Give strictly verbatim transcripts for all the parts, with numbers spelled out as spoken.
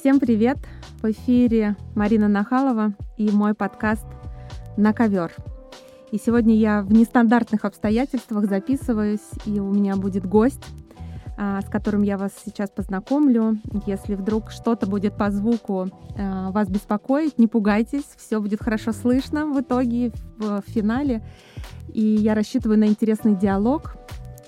Всем привет! В эфире Марина Нахалова и мой подкаст «На ковер». И сегодня я в нестандартных обстоятельствах записываюсь, и у меня будет гость, с которым я вас сейчас познакомлю. Если вдруг что-то будет по звуку вас беспокоить, не пугайтесь, все будет хорошо слышно в итоге, в финале. И я рассчитываю на интересный диалог,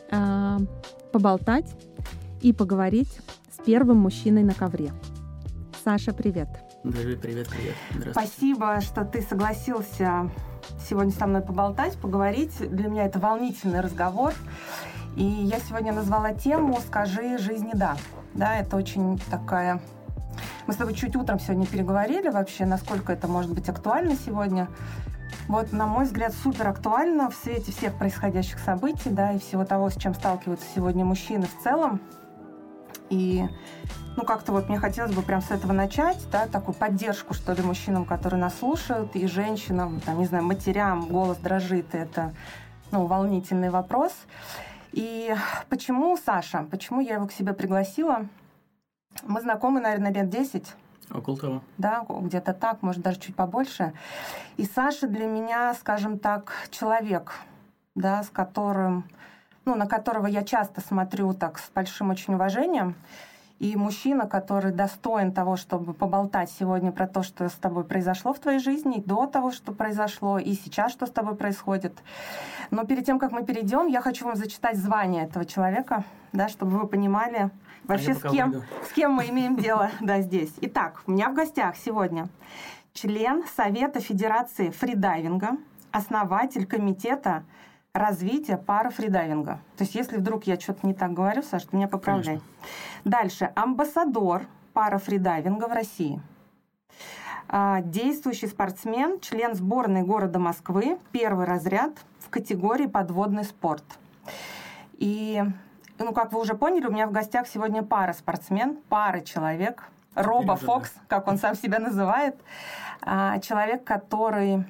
поболтать и поговорить с первым мужчиной на ковре. Саша, привет. Привет, привет, привет. Здравствуйте. Спасибо, что ты согласился сегодня со мной поболтать, поговорить. Для меня это волнительный разговор. И я сегодня назвала тему «Скажи жизни да». Да, это очень такая... Мы с тобой чуть утром сегодня переговорили вообще, насколько это может быть актуально сегодня. Вот, на мой взгляд, супер актуально в свете всех происходящих событий, да, и всего того, с чем сталкиваются сегодня мужчины в целом. И, ну, как-то вот мне хотелось бы прям с этого начать, да, такую поддержку, что ли, мужчинам, которые нас слушают, и женщинам, там, не знаю, матерям, голос дрожит, и это, ну, волнительный вопрос. И почему Саша? Почему я его к себе пригласила? Мы знакомы, наверное, лет десять. Около того. Да, где-то так, может, даже чуть побольше. И Саша для меня, скажем так, человек, да, с которым... ну, на которого я часто смотрю так с большим очень уважением, и мужчина, который достоин того, чтобы поболтать сегодня про то, что с тобой произошло в твоей жизни, до того, что произошло, и сейчас, что с тобой происходит. Но перед тем, как мы перейдем, я хочу вам зачитать звание этого человека, да, чтобы вы понимали вообще, с кем, с кем мы имеем дело да, здесь. Итак, у меня в гостях сегодня член Совета Федерации фридайвинга, основатель комитета развитие парафридайвинга. То есть, если вдруг я что-то не так говорю, Саша, ты меня поправляй. Конечно. Дальше. Амбассадор парафридайвинга в России. Действующий спортсмен, член сборной города Москвы, первый разряд в категории подводный спорт. И, ну, как вы уже поняли, у меня в гостях сегодня пара-спортсмен, пара-человек, Роба Фокс, как он сам себя называет. Человек, который...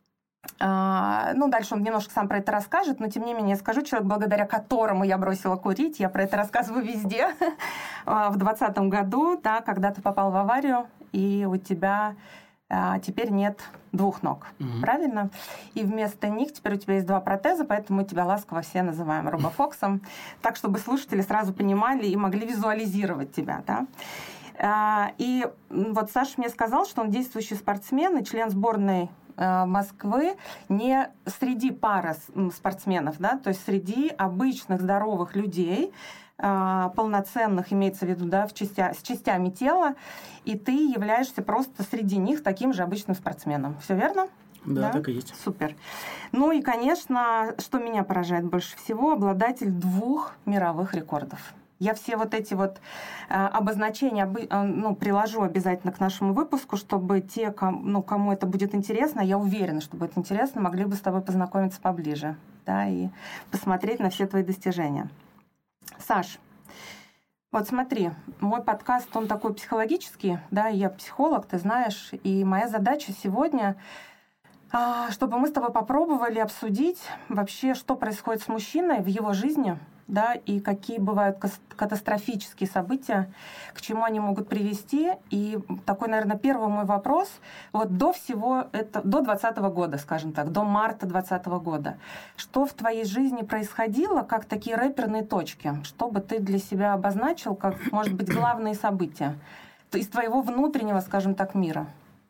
Uh, ну, дальше он немножко сам про это расскажет, но, тем не менее, я скажу, человек, благодаря которому я бросила курить, я про это рассказываю везде, в двадцатом году, да, когда ты попал в аварию, и у тебя uh, теперь нет двух ног, mm-hmm. правильно? И вместо них теперь у тебя есть два протеза, поэтому мы тебя ласково все называем Роба Фоксом, так, чтобы слушатели сразу понимали и могли визуализировать тебя, да. Uh, и вот Саша мне сказал, что он действующий спортсмен и член сборной Москвы не среди пара спортсменов, да, то есть среди обычных здоровых людей, полноценных, имеется в виду, да, в частя, с частями тела, и ты являешься просто среди них таким же обычным спортсменом. Все верно? Да, да, так и есть. Супер. Ну и, конечно, что меня поражает больше всего, обладатель двух мировых рекордов. Я все вот эти вот э, обозначения э, ну, приложу обязательно к нашему выпуску, чтобы те, кому, ну, кому это будет интересно, я уверена, что будет интересно, могли бы с тобой познакомиться поближе, да, и посмотреть на все твои достижения. Саш, вот смотри, мой подкаст, он такой психологический, да, я психолог, ты знаешь, и моя задача сегодня, э, чтобы мы с тобой попробовали обсудить вообще, что происходит с мужчиной в его жизни, да, и какие бывают катастрофические события, к чему они могут привести. И такой, наверное, первый мой вопрос. Вот до всего это, до двадцатого года, скажем так, до марта двадцатого года, что в твоей жизни происходило, как такие рэперные точки, что бы ты для себя обозначил, как, может быть, главные события из твоего внутреннего, скажем так, мира?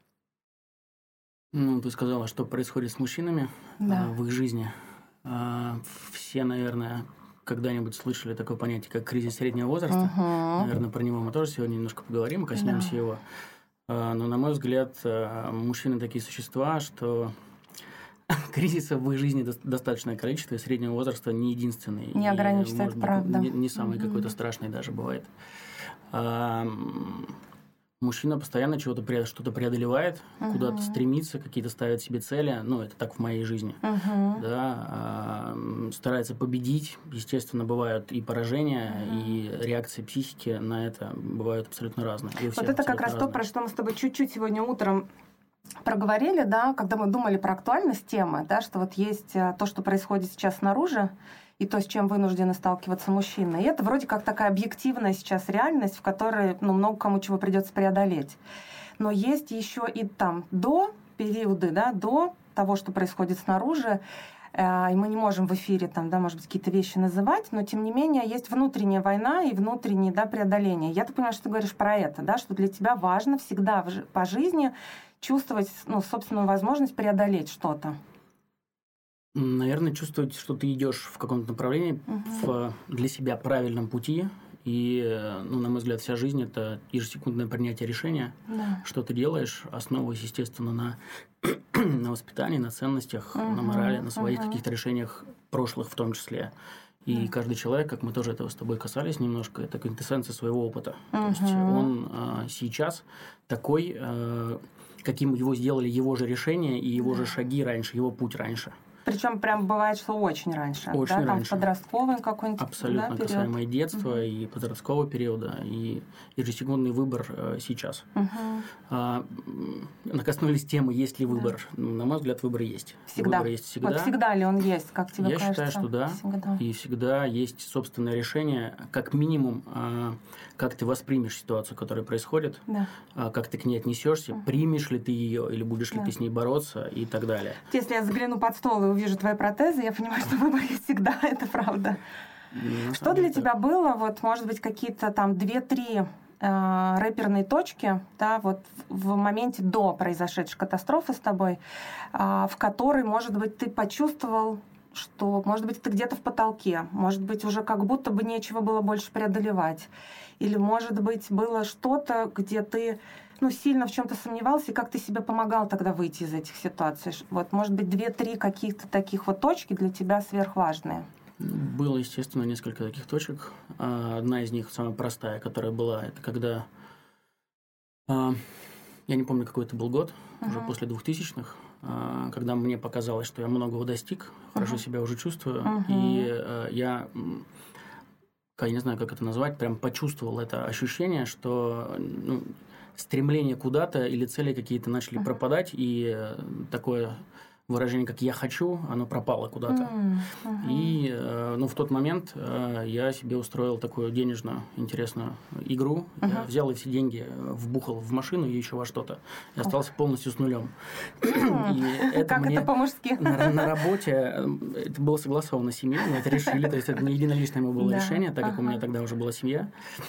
Ну, ты сказала, что происходит с мужчинами да. в их жизни. Все, наверное... когда-нибудь слышали такое понятие, как кризис среднего возраста. Uh-huh. Наверное, про него мы тоже сегодня немножко поговорим, коснемся yeah. его. Но, на мой взгляд, мужчины такие существа, что кризисов в их жизни достаточное количество, и среднего возраста не единственный. Не ограничится, это правда. Не, не самый uh-huh. какой-то страшный даже бывает. Мужчина постоянно чего-то, что-то преодолевает, uh-huh. куда-то стремится, какие-то ставит себе цели. Ну, это так в моей жизни. Uh-huh. Да, старается победить. Естественно, бывают и поражения, uh-huh. и реакции психики на это бывают абсолютно разные. Вот это как раз разные. То, про что мы с тобой чуть-чуть сегодня утром проговорили, да, когда мы думали про актуальность темы, да, что вот есть то, что происходит сейчас снаружи, и то, с чем вынуждены сталкиваться мужчины. И это вроде как такая объективная сейчас реальность, в которой ну, много кому чего придется преодолеть. Но есть еще и там до периоды, да, до того, что происходит снаружи, и мы не можем в эфире там, да, может быть, какие-то вещи называть, но тем не менее есть внутренняя война и внутреннее, да, преодоление. Я так понимаю, что ты говоришь про это, да, что для тебя важно всегда по жизни чувствовать, ну, собственную возможность преодолеть что-то. Наверное, чувствовать, что ты идешь в каком-то направлении, угу. в для себя правильном пути. И, ну, на мой взгляд, вся жизнь – это ежесекундное принятие решения, да. что ты делаешь, основываясь, естественно, на, на воспитании, на ценностях, uh-huh, на морали, на своих uh-huh. каких-то решениях прошлых в том числе. И uh-huh. каждый человек, как мы тоже этого с тобой касались немножко, это квинтэссенция своего опыта. Uh-huh. То есть он а, сейчас такой, а, каким его сделали его же решения и его uh-huh. же шаги раньше, его путь раньше. Причем прям бывает, что очень раньше. Очень да? Там раньше. Подростковый какой-нибудь Абсолютно да, период. Касаемо и детства, uh-huh. и подросткового периода, и ежесекундный выбор э, сейчас. Uh-huh. А, коснулись темы, есть ли выбор. Да. На мой взгляд, выбор есть. Всегда. Выбор есть всегда. Вот всегда ли он есть, как тебе Я кажется? Я считаю, что да. Всегда. И всегда есть собственное решение, как минимум, а, как ты воспримешь ситуацию, которая происходит, да. а, как ты к ней отнесешься, uh-huh. примешь ли ты ее, или будешь ли да. ты с ней бороться, и так далее. Если я загляну под стол и увижу твои протезы, я понимаю, что выбор есть всегда, это правда. Ну, что для тебя было, вот, может быть, какие-то там две-три э, рэперные точки, да, вот в моменте до произошедшей катастрофы с тобой, э, в которой, может быть, ты почувствовал, что, может быть, ты где-то в потолке, может быть, уже как будто бы нечего было больше преодолевать, или, может быть, было что-то, где ты ну, сильно в чем-то сомневался, и как ты себе помогал тогда выйти из этих ситуаций? Вот, может быть, две-три каких-то таких вот точки для тебя сверхважные? Было, естественно, несколько таких точек. Одна из них, самая простая, которая была, это когда... Я не помню, какой это был год, uh-huh. уже после двухтысячных, когда мне показалось, что я многого достиг, uh-huh. хорошо себя уже чувствую, uh-huh. и я... Я не знаю, как это назвать, прям почувствовал это ощущение, что ну, стремление куда-то или цели какие-то начали uh-huh. пропадать, и такое выражение, как «я хочу», оно пропало куда-то. Uh-huh. И ну, в тот момент я себе устроил такую денежную интересную игру. Uh-huh. Я взял и все деньги вбухал в машину и еще во что-то. И остался uh-huh. полностью с нулем. Uh-huh. И это как это по-мужски? На, на работе это было согласовано с семьей, мы это решили. То есть это не единоличное было да. решение, так как uh-huh. у меня тогда уже была семья.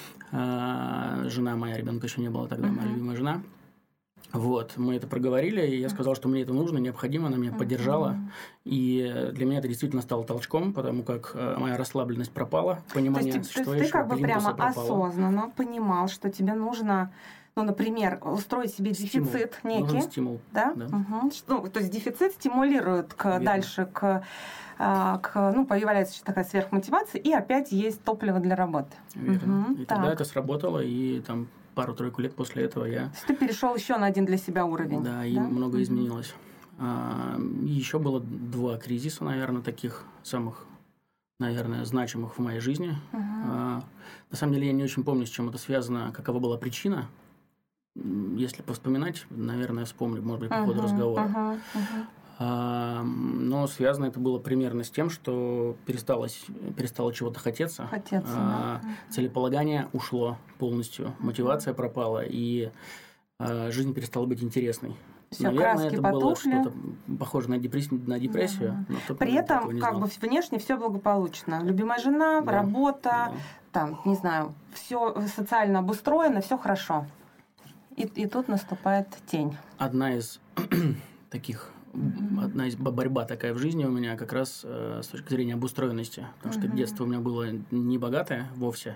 Жена моя, ребенка еще не было тогда, uh-huh. моя любимая жена. Вот, мы это проговорили, и я сказал, что мне это нужно, необходимо, она меня поддержала. Mm-hmm. И для меня это действительно стало толчком, потому как моя расслабленность пропала, понимание то есть, существующего то есть ты как бы прямо пропало. осознанно понимал, что тебе нужно, ну, например, устроить себе стимул. дефицит некий. Нужен стимул. Да? Да. Угу. Ну, то есть дефицит стимулирует к, дальше к, к... Ну, появляется такая сверхмотивация, и опять есть топливо для работы. Верно. Угу. И так. Тогда это сработало, и там... Пару-тройку лет после этого я... То есть ты перешел еще на один для себя уровень. Да, и да? много mm-hmm. изменилось. А, еще было два кризиса, наверное, таких самых, наверное, значимых в моей жизни. Uh-huh. А, на самом деле я не очень помню, с чем это связано, какова была причина. Если повспоминать, наверное, вспомню, может быть, по ходу uh-huh. разговора. Uh-huh. Uh-huh. А, но связано это было примерно с тем, что перестало, перестало чего-то хотеться. Хотеться, а, да. Целеполагание ушло полностью, uh-huh. мотивация пропала, и а, жизнь перестала быть интересной. Все, наверное, краски это потухли. было что-то похоже на, депресс... на депрессию. Uh-huh. Но при этом, как бы внешне все благополучно. Любимая жена, да. работа, да. там, не знаю, все социально обустроено, все хорошо. И, и тут наступает тень. Одна из таких... Mm-hmm. Одна из борьба такая в жизни у меня как раз э, с точки зрения обустроенности, потому mm-hmm. что детство у меня было не богатое вовсе,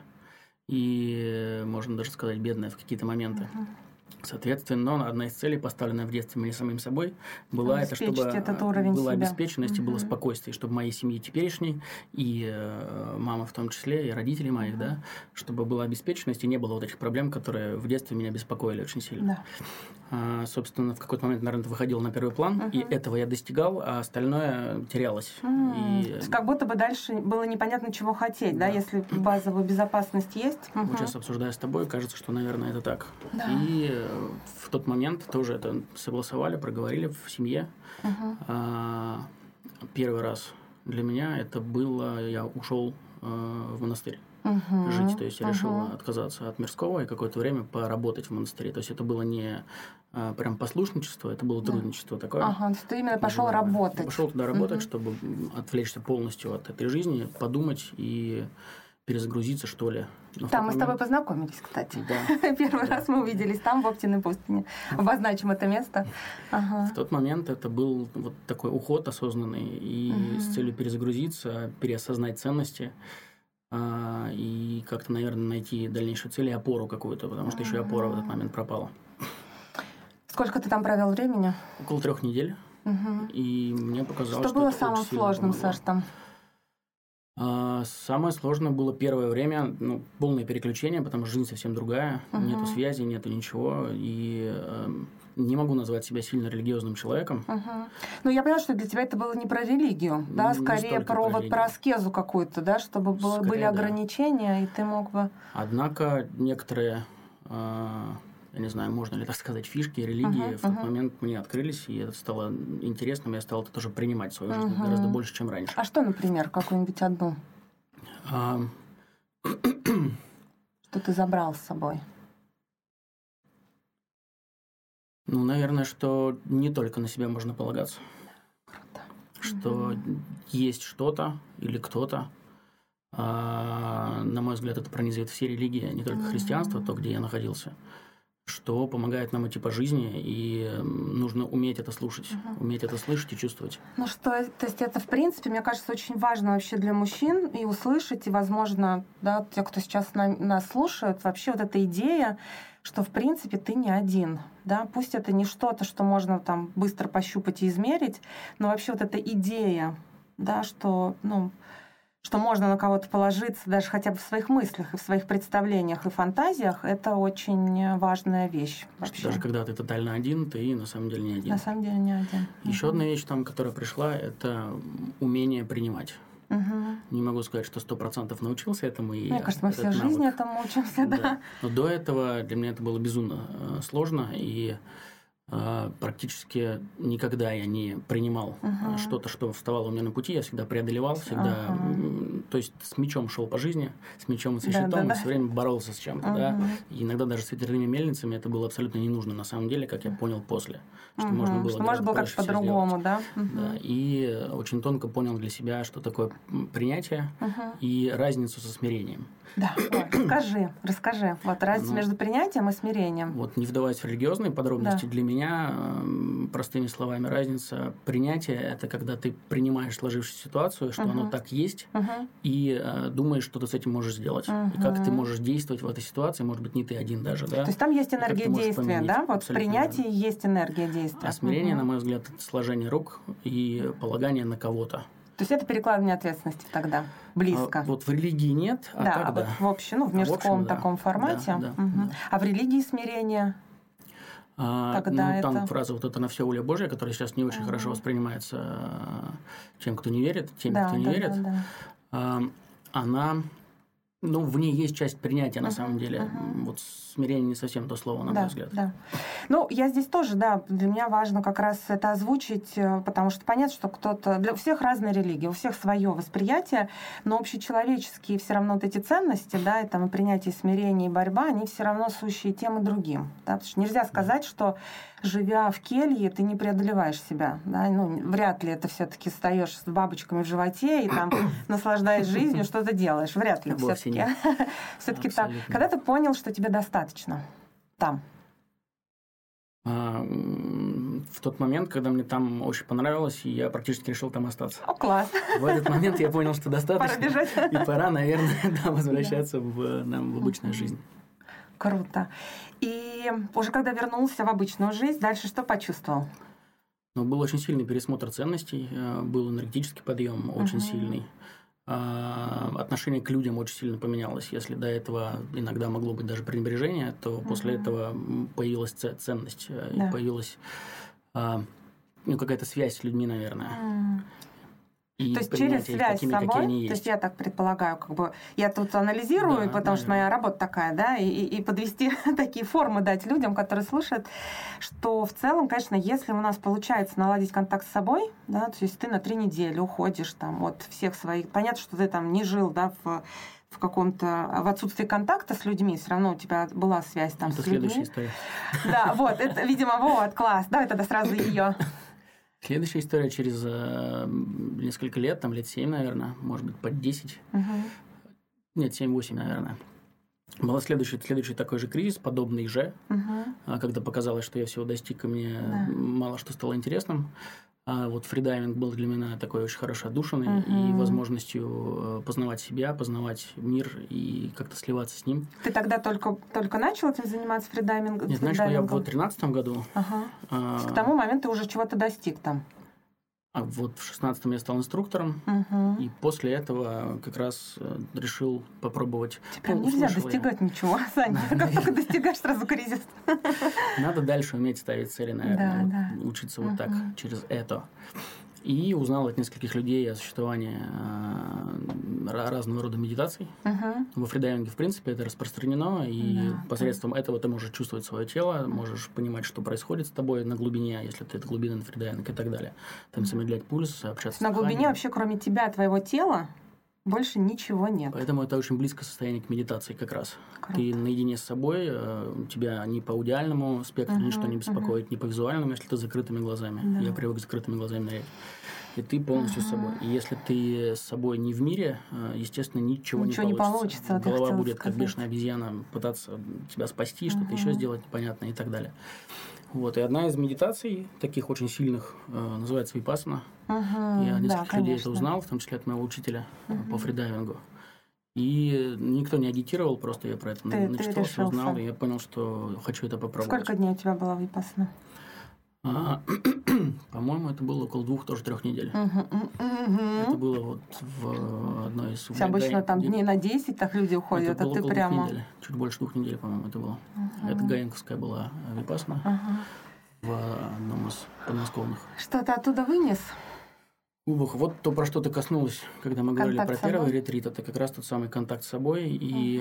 и, можно даже сказать, бедное в какие-то моменты. Mm-hmm. Соответственно, одна из целей, поставленная в детстве мне самим собой, была это, чтобы этот уровень была себя. обеспеченность и mm-hmm. было спокойствие, чтобы моей семьи теперешней, и э, мама в том числе, и родители моих, mm-hmm. да, чтобы была обеспеченность и не было вот этих проблем, которые в детстве меня беспокоили очень сильно. Да. А, собственно, в какой-то момент, наверное, это выходило на первый план, mm-hmm. и этого я достигал, а остальное терялось. Mm-hmm. И... То есть как будто бы дальше было непонятно, чего хотеть, да, да если базовая безопасность есть. Mm-hmm. Вот сейчас, обсуждая с тобой, кажется, что, наверное, это так. Да. И в тот момент тоже это согласовали, проговорили в семье. Uh-huh. А, первый раз для меня это было, я ушел э, в монастырь uh-huh. жить, то есть я uh-huh. решил отказаться от мирского и какое-то время поработать в монастыре. То есть это было не э, прям послушничество, это было трудничество yeah. такое. Ага, то есть ты именно пошел работать. Я пошел туда работать, uh-huh. чтобы отвлечься полностью от этой жизни, подумать и перезагрузиться, что ли. Но там мы момент... с тобой познакомились, кстати. Да. Первый да. раз мы увиделись там, в Оптиной пустыне. Обозначим это место. Ага. В тот момент это был вот такой уход осознанный и угу. с целью перезагрузиться, переосознать ценности а, и как-то, наверное, найти дальнейшую цель и опору какую-то, потому что еще и опора в этот момент пропала. Сколько ты там провел времени? Около трех недель. Угу. И мне показалось, что, что было самым сложным, Саш, там? Самое сложное было первое время, ну, полное переключение, потому что жизнь совсем другая, uh-huh. нету связи, нету ничего, и э, не могу назвать себя сильно религиозным человеком. Uh-huh. Ну, я поняла, что для тебя это было не про религию, да, не скорее про, про, вот, про аскезу какую-то, да, чтобы было, скорее, были ограничения, да. и ты мог бы... Однако некоторые... Э, я не знаю, можно ли так сказать, фишки религии uh-huh, в тот uh-huh. момент мне открылись, и это стало интересным, я стал это тоже принимать в свою жизнь uh-huh. гораздо больше, чем раньше. А что, например, какую-нибудь одну? А... Что ты забрал с собой? Ну, наверное, что не только на себя можно полагаться. Круто. Что uh-huh. есть что-то или кто-то. А, на мой взгляд, это пронизывает все религии, не только uh-huh. христианство, то, где я находился. Что помогает нам идти по жизни, и нужно уметь это слушать, uh-huh. уметь это слышать и чувствовать. Ну что, то есть это, в принципе, мне кажется, очень важно вообще для мужчин и услышать, и, возможно, да, те, кто сейчас на, нас слушают, вообще вот эта идея, что, в принципе, ты не один, да, пусть это не что-то, что можно там быстро пощупать и измерить, но вообще вот эта идея, да, что, ну, что можно на кого-то положиться даже хотя бы в своих мыслях и в своих представлениях и фантазиях, это очень важная вещь. Вообще. Даже когда ты тотально один, ты на самом деле не один. На самом деле не один. Еще угу. одна вещь, там, которая пришла, это умение принимать. Угу. Не могу сказать, что сто процентов научился этому. И мне кажется, мы все жизнь этому учимся, да. да. Но до этого для меня это было безумно сложно, и практически никогда я не принимал uh-huh. что-то, что вставало у меня на пути, я всегда преодолевал, всегда, uh-huh. то есть с мечом шел по жизни, с мечом и со щитом, да, да, и все время боролся с чем-то, uh-huh. да, и иногда даже с ветряными мельницами это было абсолютно не нужно на самом деле, как я понял после, что uh-huh. можно было, что можно было как по-другому, да? Uh-huh. да, и очень тонко понял для себя, что такое принятие uh-huh. и разницу со смирением. Да, Ой, расскажи, расскажи, вот разница ну, между принятием и смирением. Вот не вдаваясь в религиозные подробности, да. для меня меня, простыми словами, разница принятия – это когда ты принимаешь сложившуюся ситуацию, что uh-huh. оно так есть, uh-huh. и э, думаешь, что ты с этим можешь сделать. Uh-huh. И как ты можешь действовать в этой ситуации, может быть, не ты один даже. Да? То есть там есть энергия действия, да? Вот в принятии верно. Есть энергия действия. А смирение, uh-huh. на мой взгляд, это сложение рук и полагание на кого-то. То есть это перекладывание ответственности тогда близко. А, вот в религии нет, а да, так а да. вот в общем, ну, в мирском а в общем, таком да. формате. Да, да, угу. да. А в религии смирение? А, Тогда ну, там это... фраза вот это «на все воля Божья», которая сейчас не очень uh-huh. хорошо воспринимается тем, кто не верит, теми, да, кто не да, верит, да, да. А, она, ну, в ней есть часть принятия, на uh-huh, самом деле. Uh-huh. Вот смирение не совсем то слово, на да, мой взгляд. Да. Ну, я здесь тоже, да, для меня важно как раз это озвучить, потому что понятно, что кто-то... Для всех разная религия, у всех свое восприятие, но общечеловеческие все равно вот эти ценности, да, и там и принятие, и смирение, и борьба, они все равно сущие тем и другим. Да? Потому что нельзя сказать, что живя в келье, ты не преодолеваешь себя. Да? Ну, вряд ли это все-таки встаешь с бабочками в животе и там, наслаждаясь жизнью, что-то делаешь. Вряд ли все-таки. Все-таки так. Когда ты понял, что тебе достаточно там? В тот момент, когда мне там очень понравилось, и я практически решил там остаться. О, класс! В этот момент я понял, что достаточно. Пора бежать. И пора, наверное, да, возвращаться да. В, да, в обычную uh-huh. жизнь. Круто. И уже когда вернулся в обычную жизнь, дальше что почувствовал? Ну, был очень сильный пересмотр ценностей, был энергетический подъем очень uh-huh. сильный. Отношение к людям очень сильно поменялось. Если до этого иногда могло быть даже пренебрежение, то uh-huh. после этого появилась ценность, да. и появилась ну, какая-то связь с людьми, наверное. Uh-huh. И то есть через связь такими, с собой, то есть. есть я так предполагаю, как бы я тут анализирую, да, потому да, что да. моя работа такая, да, и, и подвести такие формы дать людям, которые слушают, что в целом, конечно, если у нас получается наладить контакт с собой, да, то есть ты на три недели уходишь там от всех своих, понятно, что ты там не жил, да, в в каком-то, в отсутствии контакта с людьми, все равно у тебя была связь там это с людьми. Это следующая история. Да, вот, это, видимо, вот, класс, давай тогда сразу ее. Следующая история через э, несколько лет, там лет семь, наверное, может быть, под десять. Угу. Нет, семь-восемь, наверное. Был следующий, следующий такой же кризис, подобный же, угу. когда показалось, что я всего достиг, и мне да. мало что стало интересным. А вот фридайвинг был для меня такой очень хорошо отдушиной uh-huh. и возможностью познавать себя, познавать мир и как-то сливаться с ним. Ты тогда только, только начал этим заниматься фридайвингом? Нет, знаешь, что я в две тысячи тринадцатом году. Uh-huh. А, к тому моменту ты уже чего-то достиг там. А вот в две тысячи шестнадцатом я стал инструктором, uh-huh. и после этого как раз решил попробовать... Тебе нельзя достигать я. ничего, Саня. Как только достигаешь, сразу кризис. Надо дальше уметь ставить цели, наверное. Да, вот, да. Учиться uh-huh. вот так, через это. И узнал от нескольких людей о существовании э, разного рода медитаций. Uh-huh. Во фридайвинге, в принципе, это распространено, и да, посредством да. этого ты можешь чувствовать свое тело, можешь понимать, что происходит с тобой на глубине, если ты это глубинный фридайвинг и так далее. Там uh-huh. замедлять пульс, общаться на с глубине дыханием. Вообще, кроме тебя, твоего тела, больше ничего нет. Поэтому это очень близкое состояние к медитации как раз. Круто. Ты наедине с собой, у тебя ни по аудиальному спектру uh-huh, ничто не беспокоит, uh-huh. ни по визуальному, если ты с закрытыми глазами. Да. Я привык с закрытыми глазами нырять. И ты полностью uh-huh. с собой. И если ты с собой не в мире, естественно, ничего, ничего не получится. Не получится Голова будет, сказать. Как бешеная обезьяна, пытаться тебя спасти, uh-huh. что-то еще сделать непонятное и так далее. Вот. И одна из медитаций, таких очень сильных, называется випассана. Uh-huh. Я нескольких да, людей это узнал, в том числе от моего учителя uh-huh. по фридайвингу. И никто не агитировал, просто я про это ты, начитался, ты узнал, и я понял, что хочу это попробовать. Сколько дней у тебя была випассана? А, по-моему, это было около двух, тоже трех недель. Uh-huh, uh-huh. Это было вот в одной из... Все обычно там дней на десять так люди уходят, это а было ты около прямо... Двух недель, чуть больше двух недель, по-моему, это было. Uh-huh. Это гаенковская была випассана uh-huh. в одном из подмосковных. Что ты оттуда вынес? Ух, вот то, про что ты коснулась, когда мы говорили контакт про первый ретрит, это как раз тот самый контакт с собой. И,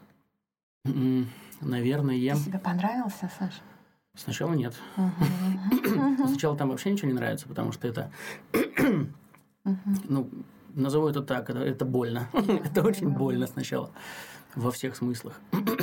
uh-huh. наверное... Ты себе понравился, Саша? Сначала нет. Uh-huh. Сначала там вообще ничего не нравится, потому что это... uh-huh. Ну, назову это так, это, это больно. Это очень больно сначала. Во всех смыслах.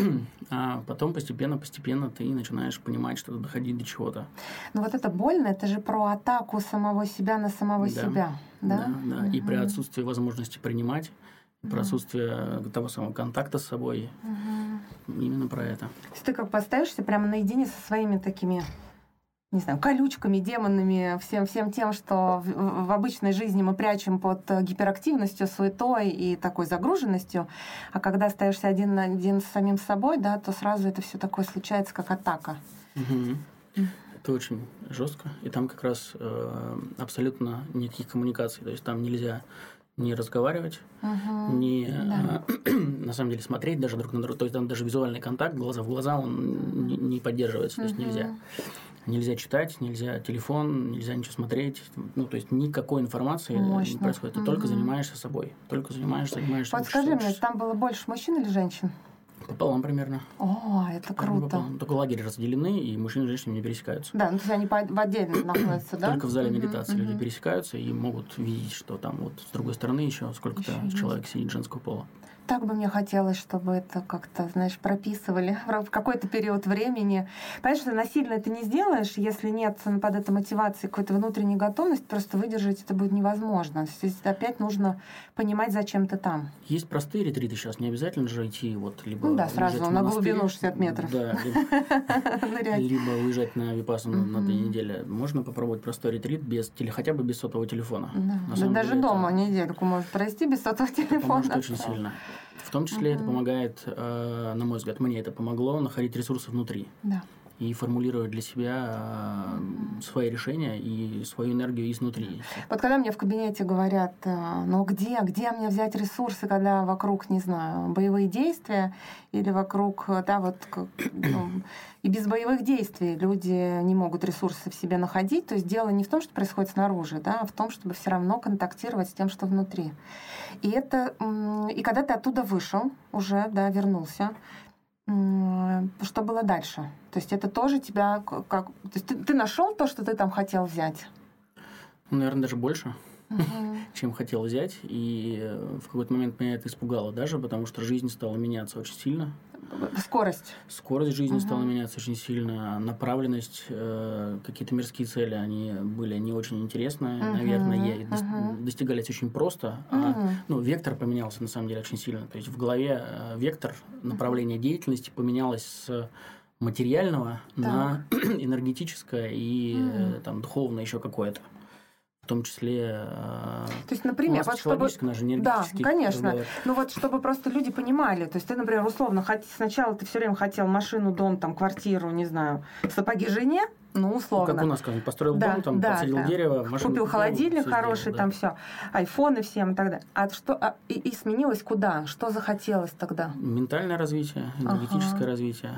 А потом постепенно-постепенно ты начинаешь понимать, что доходить до чего-то. Ну вот это больно, это же про атаку самого себя на самого да. себя. Да, да. да. Uh-huh. И при отсутствии возможности принимать, uh-huh. при отсутствии того самого контакта с собой. Uh-huh. Именно про это. То есть ты как поставишься прямо наедине со своими такими, не знаю, колючками, демонами, всем, всем тем, что в, в обычной жизни мы прячем под гиперактивностью, суетой и такой загруженностью, а когда остаешься один на один с самим собой, да, то сразу это все такое случается, как атака. Угу. Mm. Это очень жестко, и там как раз э, абсолютно никаких коммуникаций, то есть там нельзя не разговаривать, uh-huh. не да. э, на самом деле смотреть даже друг на друга, то есть там даже визуальный контакт, глаза в глаза, он не, не поддерживается, uh-huh. то есть нельзя. Нельзя читать, нельзя телефон, нельзя ничего смотреть. Ну, то есть никакой информации Мощно. не происходит. Ты mm-hmm. только занимаешься собой. Только занимаешься, занимаешься. Вот скажи мне, там было больше мужчин или женщин? Пополам примерно. О, это круто. Только лагеря разделены, и мужчины и женщины не пересекаются. Да, ну то есть они в отдельно находятся, да? Только в зале медитации mm-hmm. люди пересекаются и могут видеть, что там вот с другой стороны еще сколько-то еще человек есть. Сидит женского пола. Так бы мне хотелось, чтобы это как-то, знаешь, прописывали в какой-то период времени. Понимаешь, что насильно это не сделаешь, если нет под это мотивации, какой-то внутренней готовности, просто выдержать это будет невозможно. Здесь опять нужно понимать, зачем ты там. Есть простые ретриты сейчас, не обязательно же идти вот либо... Ну да, сразу на глубину шестьдесят метров. Да, либо уезжать на випассану на две недели. Можно попробовать простой ретрит без хотя бы без сотового телефона. Даже дома недельку может провести без сотового телефона. Поможет очень сильно. В том числе uh-huh. это помогает, э, на мой взгляд, мне это помогло находить ресурсы внутри. Да. и формулировать для себя свои решения и свою энергию изнутри. Вот когда мне в кабинете говорят, ну где, где мне взять ресурсы, когда вокруг, не знаю, боевые действия или вокруг, да, вот, ну, и без боевых действий люди не могут ресурсы в себе находить, то есть дело не в том, что происходит снаружи, да, а в том, чтобы все равно контактировать с тем, что внутри. И это, и когда ты оттуда вышел, уже, да, вернулся, что было дальше? То есть это тоже тебя как... То есть ты, ты нашел то, что ты там хотел взять? Ну, наверное, даже больше, uh-huh. чем хотел взять. И в какой-то момент меня это испугало даже, потому что жизнь стала меняться очень сильно. Скорость. Скорость жизни uh-huh. стала меняться очень сильно. Направленность, э, какие-то мирские цели, они были не очень интересны, uh-huh. наверное, и uh-huh. достигались очень просто. Uh-huh. А, ну, вектор поменялся, на самом деле, очень сильно. То есть в голове э, вектор направления uh-huh. деятельности поменялось с материального так. на энергетическое и uh-huh. там, духовное еще какое-то. В том числе, то есть, например, вот чтобы... Да, конечно. Разговор. Ну вот, чтобы просто люди понимали. То есть, ты, например, условно, сначала ты все время хотел машину, дом, там, квартиру, не знаю, сапоги жене, ну, условно. Ну, как у нас, как построил да, дом, там, да, посадил да. дерево, машину. Купил холодильник все хороший, сделал, там да. все, айфоны всем и так далее. А что, а, и, и сменилось куда? Что захотелось тогда? Ментальное развитие, энергетическое ага. развитие.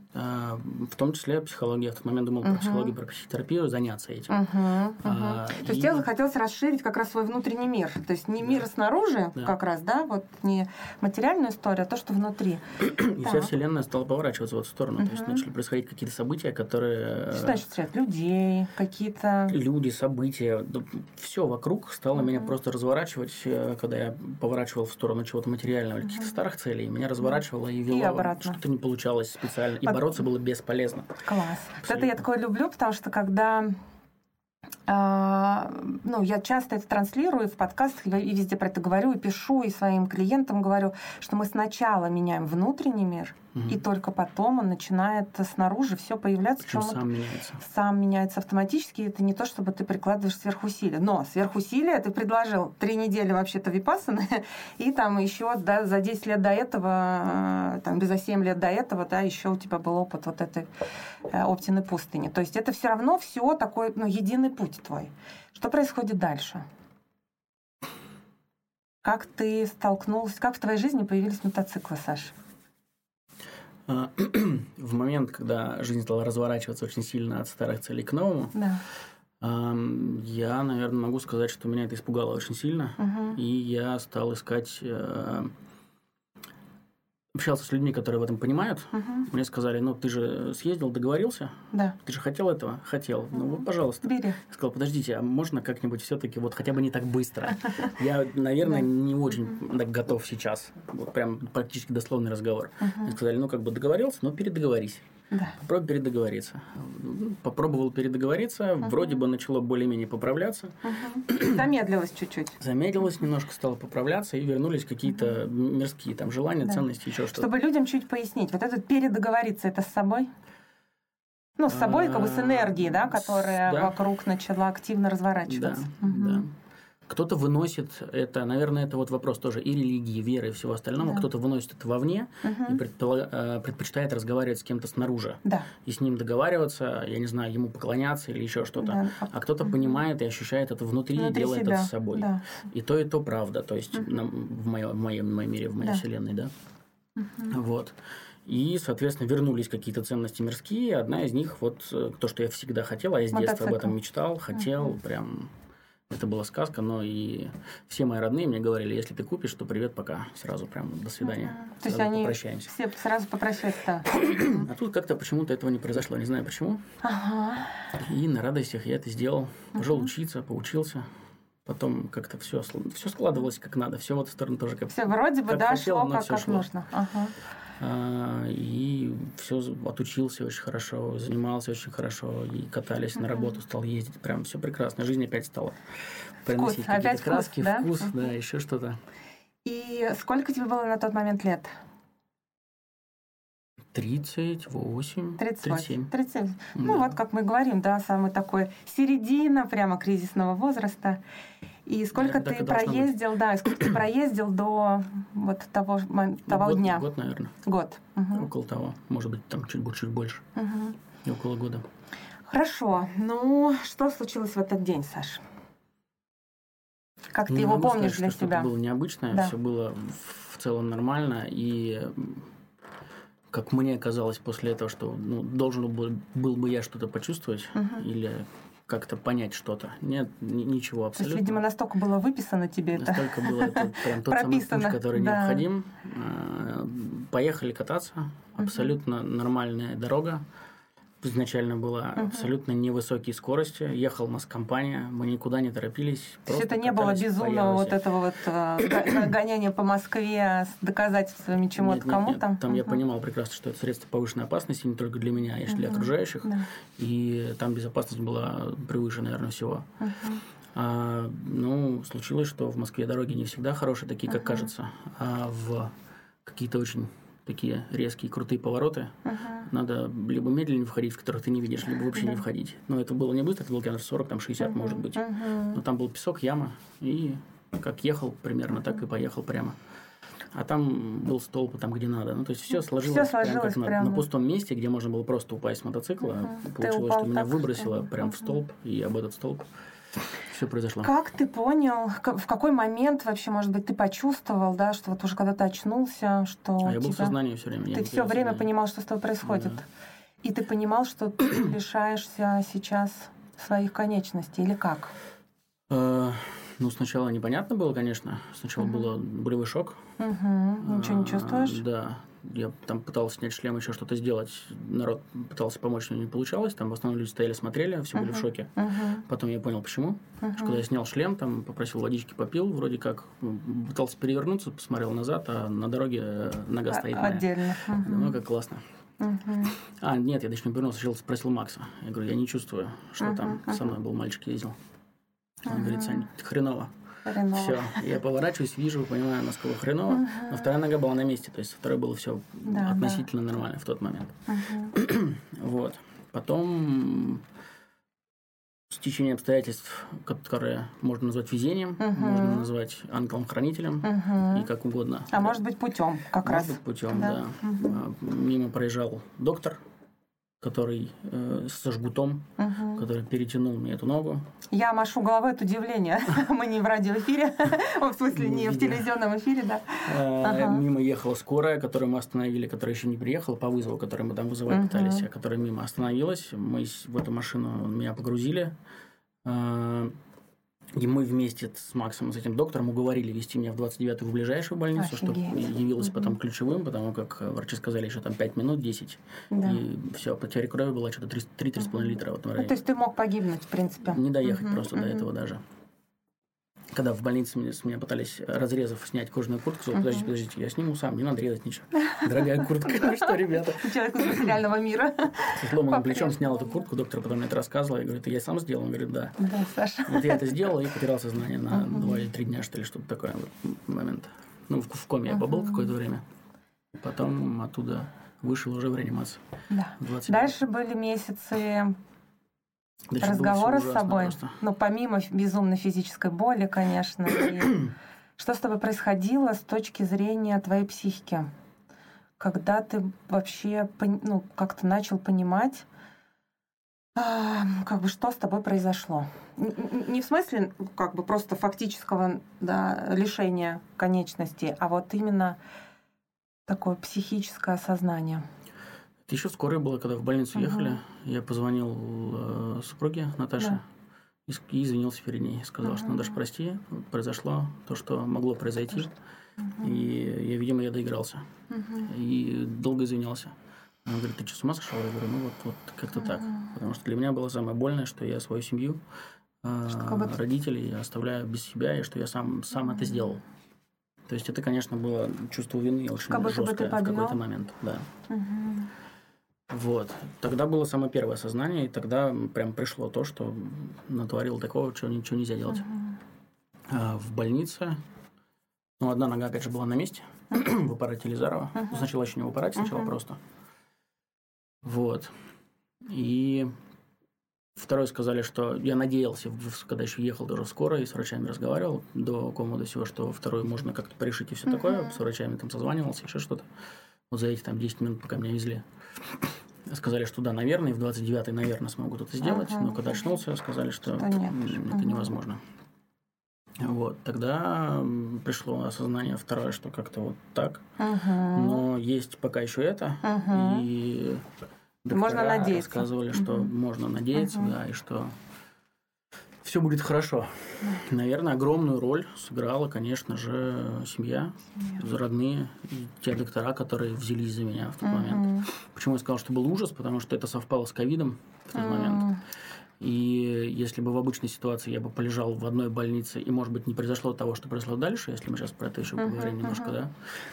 В том числе психология. В тот момент думал uh-huh. про психологию, про психотерапию, заняться этим. Uh-huh. Uh-huh. А, То есть и... тебе захотелось расширить как раз свой внутренний мир. То есть не мир да. снаружи, да. как раз, да, вот не материальная история, а то, что внутри. И вся Вселенная стала поворачиваться в эту сторону. Uh-huh. То есть начали происходить какие-то события, которые... Что значит свет? Людей, какие-то... Люди, события. Все вокруг стало uh-huh. меня просто разворачивать, когда я поворачивал в сторону чего-то материального или uh-huh. каких-то старых целей. Меня разворачивало и вело. И обратно. Что-то не получалось специально. И Под... бороться было бесполезно. Класс. Абсолютно. Это я такое люблю, потому что когда... Э, ну, я часто это транслирую в подкастах, и везде про это говорю, и пишу, и своим клиентам говорю, что мы сначала меняем внутренний мир, угу. и только потом он начинает снаружи все появляться. Причем сам меняется. Сам меняется автоматически. Это не то, чтобы ты прикладываешь сверхусилия. Но сверхусилия ты предложил три недели вообще-то випассаны, и там еще да, за десять лет до этого, там, за семь лет до этого, да, еще у тебя был опыт вот этой Оптиной пустыни. То есть это все равно все такой, ну, единый путь твой. Что происходит дальше? Как ты столкнулся, как в твоей жизни появились мотоциклы, Саша? В момент, когда жизнь стала разворачиваться очень сильно от старых целей к новому, да. я, наверное, могу сказать, что меня это испугало очень сильно, угу. и я стал искать... Общался с людьми, которые в этом понимают. Uh-huh. Мне сказали, ну, ты же съездил, договорился? Да. Ты же хотел этого? Хотел. Uh-huh. Ну, вот, пожалуйста. Бери. Я сказал, подождите, а можно как-нибудь все-таки вот хотя бы не так быстро? Я, наверное, не очень готов сейчас. Вот прям практически дословный разговор. Мне сказали, ну, как бы договорился, но передоговорись. Да. Попробуй передоговориться. Попробовал передоговориться, uh-huh. вроде бы начало более-менее поправляться. Uh-huh. Замедлилось чуть-чуть. Замедлилось, немножко стало поправляться, и вернулись какие-то uh-huh. мирские там желания, да. ценности, еще что-то. Чтобы людям чуть пояснить, вот этот передоговориться, это с собой? Ну, с собой, как бы с энергией, да, которая да. вокруг начала активно разворачиваться. Да, uh-huh. да. Кто-то выносит это, наверное, это вот вопрос тоже и религии, и веры, и всего остального. Да. Кто-то выносит это вовне угу. и предполаг... предпочитает разговаривать с кем-то снаружи. Да. И с ним договариваться, я не знаю, ему поклоняться или еще что-то. Да. А кто-то угу. понимает и ощущает это внутри, внутри и делает себя. Это с собой. Да. И то, и то правда. То есть угу. на, в, моем, в, моем, в моем мире, в моей да. вселенной, да. Угу. Вот. И, соответственно, вернулись какие-то ценности мирские. Одна из них, вот то, что я всегда хотел, а я с Мотоцикл. детства об этом мечтал, хотел, угу. прям... Это была сказка, но и все мои родные мне говорили, если ты купишь, то привет, пока, сразу прям до свидания. Uh-huh. То есть они попрощаемся. Все сразу попрощаются. А тут как-то почему-то этого не произошло, не знаю почему. Uh-huh. И на радостях я это сделал. Пошел uh-huh. учиться, поучился. Потом как-то все, все складывалось как надо, все в эту сторону тоже как все вроде бы, как да, хотел, шло как, как шло. нужно. Uh-huh. А, и все отучился очень хорошо, занимался очень хорошо, и катались uh-huh. на работу, стал ездить, прям все прекрасно. Жизнь опять стала приносить вкус, какие-то краски, вкус, да, вкус, uh-huh. да, еще что-то. И сколько тебе было на тот момент лет? тридцать восемь. тридцать восемь. тридцать семь. тридцать семь. Да. Ну, вот как мы говорим, да, самый такой середина прямо кризисного возраста. И сколько да, ты проездил, да, и сколько ты проездил до вот того, того год, дня? Год, наверное. Год. Угу. Около того. Может быть, там чуть, чуть больше. Угу. Около года. Хорошо. Ну, что случилось в этот день, Саш? Как ты Не его могу помнишь сказать, для что себя? Это было необычное, Да. все было в целом нормально. И как мне казалось после этого, что ну, должен был, был бы я что-то почувствовать Угу. или как-то понять что-то. Нет, ни- ничего абсолютно. То есть, видимо, настолько было выписано тебе это. Настолько было это прям тот самый путь, Прописано, который да. необходим. Э, Поехали кататься. Абсолютно нормальная дорога. Изначально была Мгм. абсолютно невысокие скорости. Ехала у нас компания, мы никуда не торопились. То есть это не было катались по безумного вот Ярусе. этого вот э, го- гоняния по Москве с доказательствами чему-то Нет, нет, кому-то? нет. Там я Мгм. понимал прекрасно, что это средство повышенной опасности не только для меня, а и для Мгм. окружающих. Да. И там безопасность была превыше, наверное, всего. Мгм. А, ну, случилось, что в Москве дороги не всегда хорошие, такие, как Мгм. кажется. А в какие-то очень такие резкие, крутые повороты Мгм. надо либо медленнее входить, в которых ты не видишь, либо вообще Да. не входить. Но это было не быстро, это был километр сорок, там шестьдесят, Мгм. может быть. Мгм. Но там был песок, яма, и как ехал примерно, так и поехал прямо. А там был столб, там, где надо. Ну, то есть все сложилось, Всё сложилось прям как надо. прямо. На пустом месте, где можно было просто упасть с мотоцикла, Мгм. Ты получилось, упал что меня так, выбросило что- прям в Мгм. столб, и об этот столб все произошло. Как ты понял, к- в какой момент вообще, может быть, ты почувствовал, да, что вот уже когда ты очнулся, что А я был в тебя- сознании все время. я ты не все терял время сознание. понимал, что с тобой происходит? Да. И ты понимал, что ты лишаешься сейчас своих конечностей, или как? Э, Ну, сначала непонятно было, конечно. Сначала Мгм. был болевой шок. Угу. Ничего не А, чувствуешь? Да. Я там пытался снять шлем, еще что-то сделать. Народ пытался помочь, но не получалось. Там в основном люди стояли, смотрели, все были в Мгм. шоке. Мгм. Потом я понял, почему. Мгм. Что когда я снял шлем, там попросил водички, попил, вроде как м, пытался перевернуться, посмотрел назад, а на дороге э, нога А- стоит моя. Отдельно. Мгм. Думаю, как классно. Мгм. А, нет, я даже не повернулся, сначала спросил Макса. Я говорю, я не чувствую, что Мгм, там мгм. со мной был мальчик ездил. Он Мгм. говорит, Сань, хреново. Хреново. Все, я поворачиваюсь, вижу, понимаю, насколько хреново. Мгм. Но вторая нога была на месте, то есть со второй было все Да, относительно нормально в тот момент. Мгм. Вот. Потом стечение обстоятельств, которые можно назвать везением, Мгм. можно назвать ангелом-хранителем Мгм. и как угодно. А может быть, путем как Может раз. быть, путем, Да. да. Мгм. А, Мимо проезжал доктор, который э, со жгутом, Мгм. который перетянул мне эту ногу. Я машу головой от удивления. Мы не в радиоэфире, в смысле, не в Видео. телевизионном эфире, да. Э, Ага. Мимо ехала скорая, которую мы остановили, которая еще не приехала по вызову, который мы там вызывать Мгм. пытались, а которая мимо остановилась. Мы с- в эту машину меня погрузили. Э, И мы вместе с Максом, с этим доктором, уговорили везти меня в двадцать девятую в ближайшую больницу, что Офигеть. явилось Мгм. потом ключевым, потому как э, врачи сказали еще там пять минут, десять. Да. И все, потеря крови была что-то три-три с половиной литра в этом Ну, районе. то есть ты мог погибнуть, в принципе. Не доехать Мгм, просто до мгм. этого даже. Когда в больнице мне- с меня пытались, разрезав, снять кожаную куртку, сказал, Мгм. подождите, подождите, я сниму сам, не надо резать ничего. Дорогая куртка, ну что, ребята. Человек из материального мира. Со сломанным плечом По-прежнему. снял эту куртку, доктор потом мне это рассказывал, я говорю, это я сам сделал? Он говорит, да. Да, Саша. Вот я это сделал и потерял сознание на Мгм. два или три дня, что ли, что-то такое вот, момент. Ну, в, в коме я побыл Мгм. какое-то время. Потом оттуда вышел уже в реанимацию. Да. двадцать Дальше были месяцы Дальше было разговора всё с ужасно собой. просто. Ну, помимо безумной физической боли, конечно. И что с тобой происходило с точки зрения твоей психики? Когда ты вообще пон- ну, как-то начал понимать, а, как бы, что с тобой произошло? Н- н- Не в смысле как бы просто фактического, да, лишения конечностей, а вот именно такое психическое осознание. Это еще скорая была, когда в больницу Мгм. ехали. Я позвонил э, супруге Наташе Да. и, ск- и извинился перед ней. Сказал, что Мгм. Наташа, прости, произошло то, что могло произойти. Мгм. И я, видимо, я доигрался. Мгм. И долго извинялся. Она говорит, ты что, с ума сошел? Я говорю, ну вот, вот как-то так. Мгм. Потому что для меня было самое больное, что я свою семью, э, Что как будто- родителей оставляю без себя, и что я сам, сам это сделал. То есть это, конечно, было чувство вины очень Как будто бы ты жесткое в погнал? какой-то момент. Да. Мгм. Вот. Тогда было самое первое осознание, и тогда прям пришло то, что натворил такого, чего ничего нельзя делать. Мгм. А в больнице, ну, одна нога, опять же, была на месте, в аппарате Лизарова. Мгм. Ну, сначала еще не в аппарате, сначала Мгм. просто. Вот. И второе сказали, что я надеялся, в- когда еще ехал тоже в скорой, и с врачами разговаривал до кома, до всего, что второй можно как-то порешить и все такое. Мгм. С врачами там созванивался, еще что-то. Вот за эти там десять минут, пока меня везли. сказали, что да, наверное, в двадцать девятый, наверное, смогут это сделать, uh-huh. но когда очнулся, сказали, что, что нет. это uh-huh. невозможно. Вот, тогда пришло осознание второе, что как-то вот так, uh-huh. но есть пока еще это, uh-huh. и можно надеяться. Рассказывали, что uh-huh. можно надеяться, uh-huh. да, и что все будет хорошо. Uh-huh. Наверное, огромную роль сыграла, конечно же, семья, yeah. родные, и те доктора, которые взялись за меня в тот uh-huh. момент. Почему я сказал, что был ужас? Потому что это совпало с ковидом в тот uh-huh. момент. И если бы в обычной ситуации я бы полежал в одной больнице, и, может быть, не произошло того, что произошло дальше, если мы сейчас про это еще поговорим uh-huh, немножко, uh-huh. да,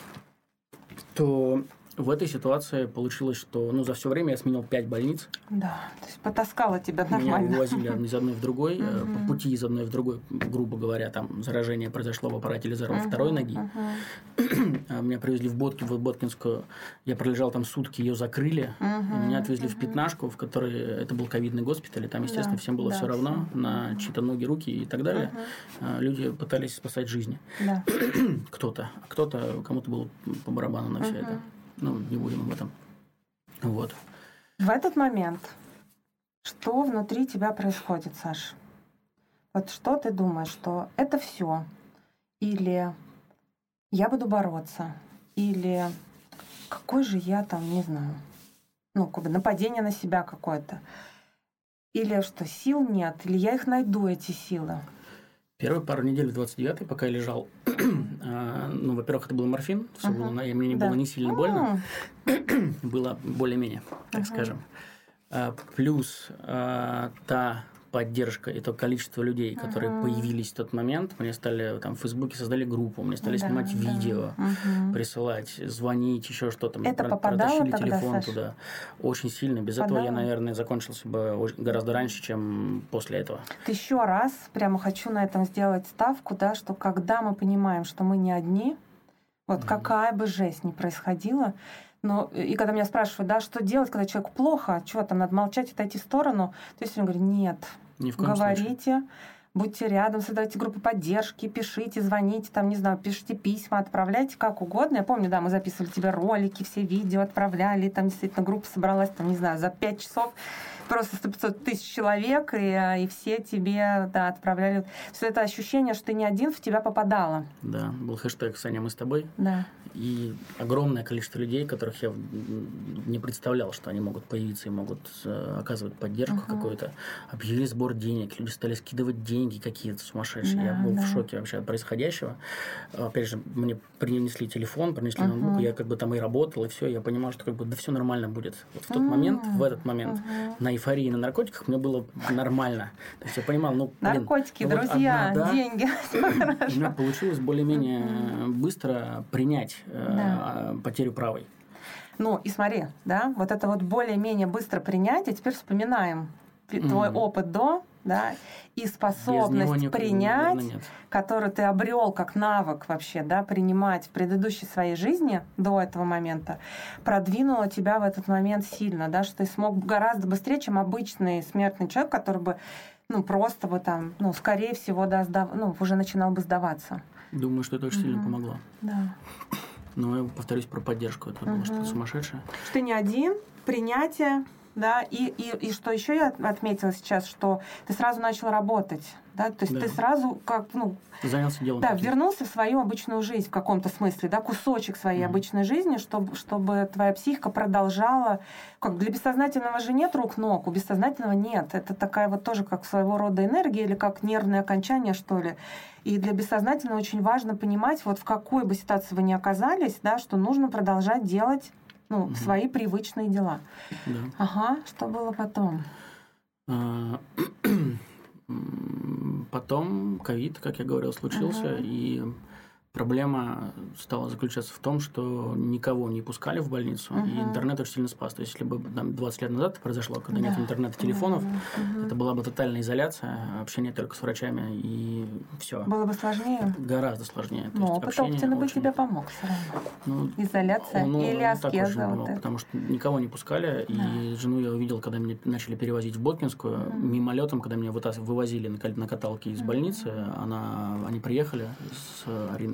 то в этой ситуации получилось, что ну, за все время я сменил пять больниц. Да, то есть потаскало тебя нормально. Меня увозили из одной в другой, uh-huh. по пути из одной в другой, грубо говоря, там заражение произошло в аппарате Лизарова uh-huh, второй ноги. Uh-huh. Меня привезли в Боткин, в Боткинскую, я пролежал там сутки, ее закрыли, uh-huh, и меня отвезли uh-huh. в Пятнашку, в которой это был ковидный госпиталь, и там, естественно, да, всем было да, все равно, все. На чьи-то ноги, руки и так далее. Uh-huh. Люди пытались спасать жизни. Да. Кто-то, а кто-то, кому-то было по барабану на все uh-huh. это. Ну, не будем об этом. Вот. В этот момент что внутри тебя происходит, Саш? Вот что ты думаешь, что это все? Или я буду бороться? Или какой же я там, не знаю, ну, как бы нападение на себя какое-то? Или что, сил нет? Или я их найду, эти силы? Первые пару недель в двадцать девятый, пока я лежал, ну, во-первых, это был морфин, все uh-huh. было, и мне не да. было не сильно больно, uh-huh. было более-менее, так uh-huh. скажем. А, плюс а, та поддержка и то количество людей, которые uh-huh. появились в тот момент, мне стали там в Фейсбуке создали группу, мне стали да, снимать да. видео, uh-huh. присылать, звонить, еще что-то. Это Про- попадало протащили тогда, телефон Саш? Туда. Очень сильно. Без попадало? Этого я, наверное, закончился бы гораздо раньше, чем после этого. Еще раз прямо хочу на этом сделать ставку, да, что когда мы понимаем, что мы не одни, вот uh-huh. какая бы жесть ни происходила, но и когда меня спрашивают, да, что делать, когда человеку плохо, чего там, надо молчать, отойти в сторону, то есть я говорю, нет, ни в коем говорите, случае. Будьте рядом, создавайте группы поддержки, пишите, звоните, там, не знаю, пишите письма, отправляйте как угодно. Я помню, да, мы записывали тебе ролики, все видео отправляли, там действительно группа собралась, там, не знаю, за пять часов просто сто пятьсот тысяч человек, и, и все тебе, да, отправляли. Все это ощущение, что ты не один, в тебя попадало. Да, был хэштег «Саня, мы с тобой». Да. И огромное количество людей, которых я не представлял, что они могут появиться и могут оказывать поддержку uh-huh. какую-то. Объявили сбор денег, люди стали скидывать деньги какие-то сумасшедшие. Да, я был да. в шоке вообще от происходящего. Опять же, мне принесли телефон, принесли uh-huh. ноутбук, я как бы там и работал, и все. Я понимал, что как бы да все нормально будет. Вот в тот uh-huh. момент, в этот момент, uh-huh. на эйфории, на наркотиках мне было нормально. То есть я понимал, ну, наркотики, блин, друзья, вот одна, да, деньги. У меня получилось более-менее uh-huh. быстро принять да. потерю правой. Ну, и смотри, да, вот это вот более-менее быстро принятие, теперь вспоминаем mm-hmm. твой опыт до, да, и способность принять, наверное, которую ты обрел как навык вообще, да, принимать в предыдущей своей жизни до этого момента, продвинула тебя в этот момент сильно, да, что ты смог гораздо быстрее, чем обычный смертный человек, который бы, ну, просто бы там, ну, скорее всего, да, сдав... ну, уже начинал бы сдаваться. Думаю, что это очень mm-hmm. сильно помогло. Да. Но я повторюсь про поддержку. Это было uh-huh. что-то сумасшедшее. Что ты не один, принятие, да, и, и, и что еще я отметила сейчас, что ты сразу начал работать, да, то есть да. ты сразу как, ну... занялся делом. Да, каким-то. Вернулся в свою обычную жизнь в каком-то смысле, да, кусочек своей uh-huh. обычной жизни, чтобы, чтобы твоя психика продолжала... Как для бессознательного же нет рук-ног, у бессознательного нет. Это такая вот тоже как своего рода энергия или как нервное окончание, что ли. И для бессознательного очень важно понимать, вот в какой бы ситуации вы ни оказались, да, что нужно продолжать делать, ну, угу. свои привычные дела. Да. Ага, что было потом? Потом ковид, как я говорил, случился, ага. и проблема стала заключаться в том, что никого не пускали в больницу, uh-huh. и интернет очень сильно спас. То есть, если бы там, двадцать лет назад это произошло, когда да. нет интернета, телефонов, uh-huh. это была бы тотальная изоляция, общение только с врачами, и все. Было бы сложнее? Гораздо сложнее. Но опыт Оптина бы тебе помог все равно. Ну, изоляция ну, или аскеза? Вот помог, потому что никого не пускали, да. и жену я увидел, когда меня начали перевозить в Боткинскую, uh-huh. мимолетом, когда меня вывозили на каталке из uh-huh. больницы, она, они приехали с Ариной.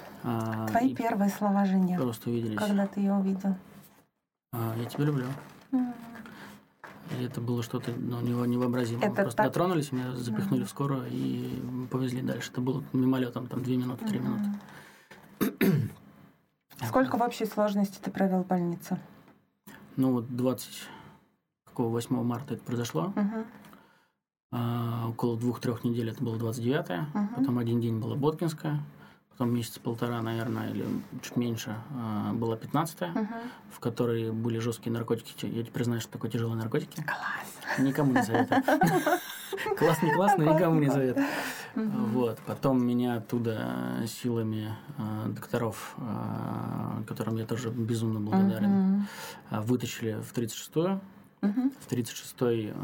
Твои а, первые слова жене. Просто увиделись. Когда ты ее увидел. А, я тебя люблю. И это было что-то ну, невообразимое. Это Просто так... дотронулись, меня запихнули mm-hmm. в скорую и повезли дальше. Это было мимолетом, там, две минуты, три mm-hmm. минуты. Сколько в общей сложности ты провел в больнице? Ну, вот двадцать восьмого марта это произошло. Uh-huh. А, около двух-трех недель это было двадцать девятое. Uh-huh. Потом один день было Боткинское. Потом месяца полтора, наверное, или чуть меньше, а, было пятнадцатое, uh-huh. в которой были жесткие наркотики. Я теперь знаю, что такое тяжелые наркотики. Класс! Никому не советую. Класс не класс, но никому не советую. Вот. Потом меня оттуда силами докторов, которым я тоже безумно благодарен, вытащили в тридцать шестую. В тридцать шестой,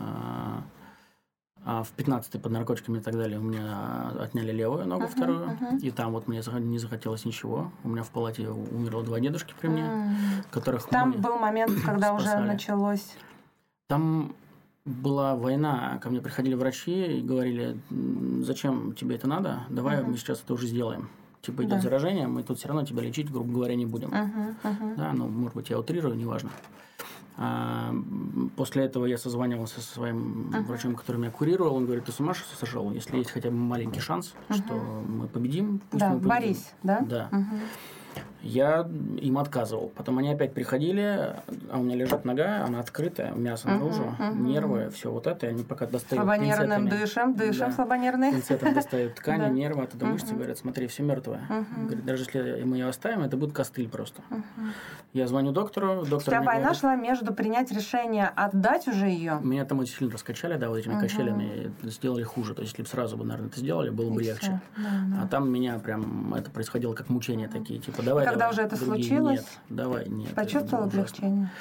а в пятнадцатой под наркотиками и так далее у меня отняли левую ногу, uh-huh, вторую, uh-huh. и там вот мне не захотелось ничего. У меня в палате умерло два дедушки при мне, uh-huh. которых Там был момент, когда уже началось... Там была война, ко мне приходили врачи и говорили, зачем тебе это надо, давай uh-huh. мы сейчас это уже сделаем. Типа идет да. заражение, мы тут все равно тебя лечить, грубо говоря, не будем. Uh-huh, uh-huh. Да, ну, может быть, я утрирую, неважно. А после этого я созванивался со своим uh-huh. врачом, который меня курировал. Он говорит, ты с ума сошел? Если есть хотя бы маленький шанс, uh-huh. что мы победим, пусть да, мы победим. Борись, да? Да. Uh-huh. Я им отказывал. Потом они опять приходили, а у меня лежит нога, она открытая, мясо uh-huh, наружу, uh-huh. нервы, все вот это. И они пока достают слабонервным пинцетами. Дышим, дышим, да, слабонервный. Пинцетом достают ткани, да. нервы, оттуда uh-huh. мышцы, говорят, смотри, все мертвое. Uh-huh. Говорит, даже если мы ее оставим, это будет костыль просто. Uh-huh. Я звоню доктору, доктор. У тебя война говорит, шла между принять решение отдать уже ее. Меня там очень сильно раскачали, да, вот этими uh-huh. качелями, сделали хуже. То есть, если бы сразу бы, наверное, это сделали, было бы и легче. Да, да. А там меня прям это происходило как мучение uh-huh. такие, типа, давай. Когда давай, уже это другие, случилось? Нет, давай, нет. Почувствовал облегчение?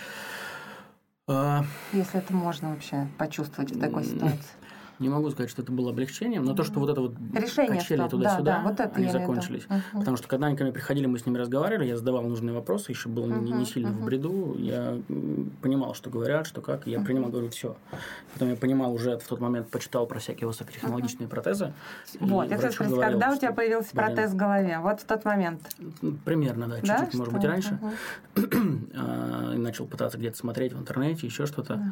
А... Если это можно вообще почувствовать в такой ситуации. Не могу сказать, что это было облегчением, но mm-hmm. то, что вот это вот решение, качели что... туда-сюда, да, да, вот это они закончились. Uh-huh. Потому что когда они ко мне приходили, мы с ними разговаривали, я задавал нужные вопросы, еще был uh-huh. не, не сильно uh-huh. в бреду, я понимал, что говорят, что как, и я uh-huh. принимал, говорю, все. Потом я понимал уже в тот момент, почитал про всякие высокотехнологичные uh-huh. протезы. Вот, я хочу спросить, говорил, когда у тебя появился блин, протез в голове? Вот в тот момент? Примерно, да, чуть-чуть, да? может быть, раньше. Uh-huh. И начал пытаться где-то смотреть в интернете, еще что-то. Uh-huh.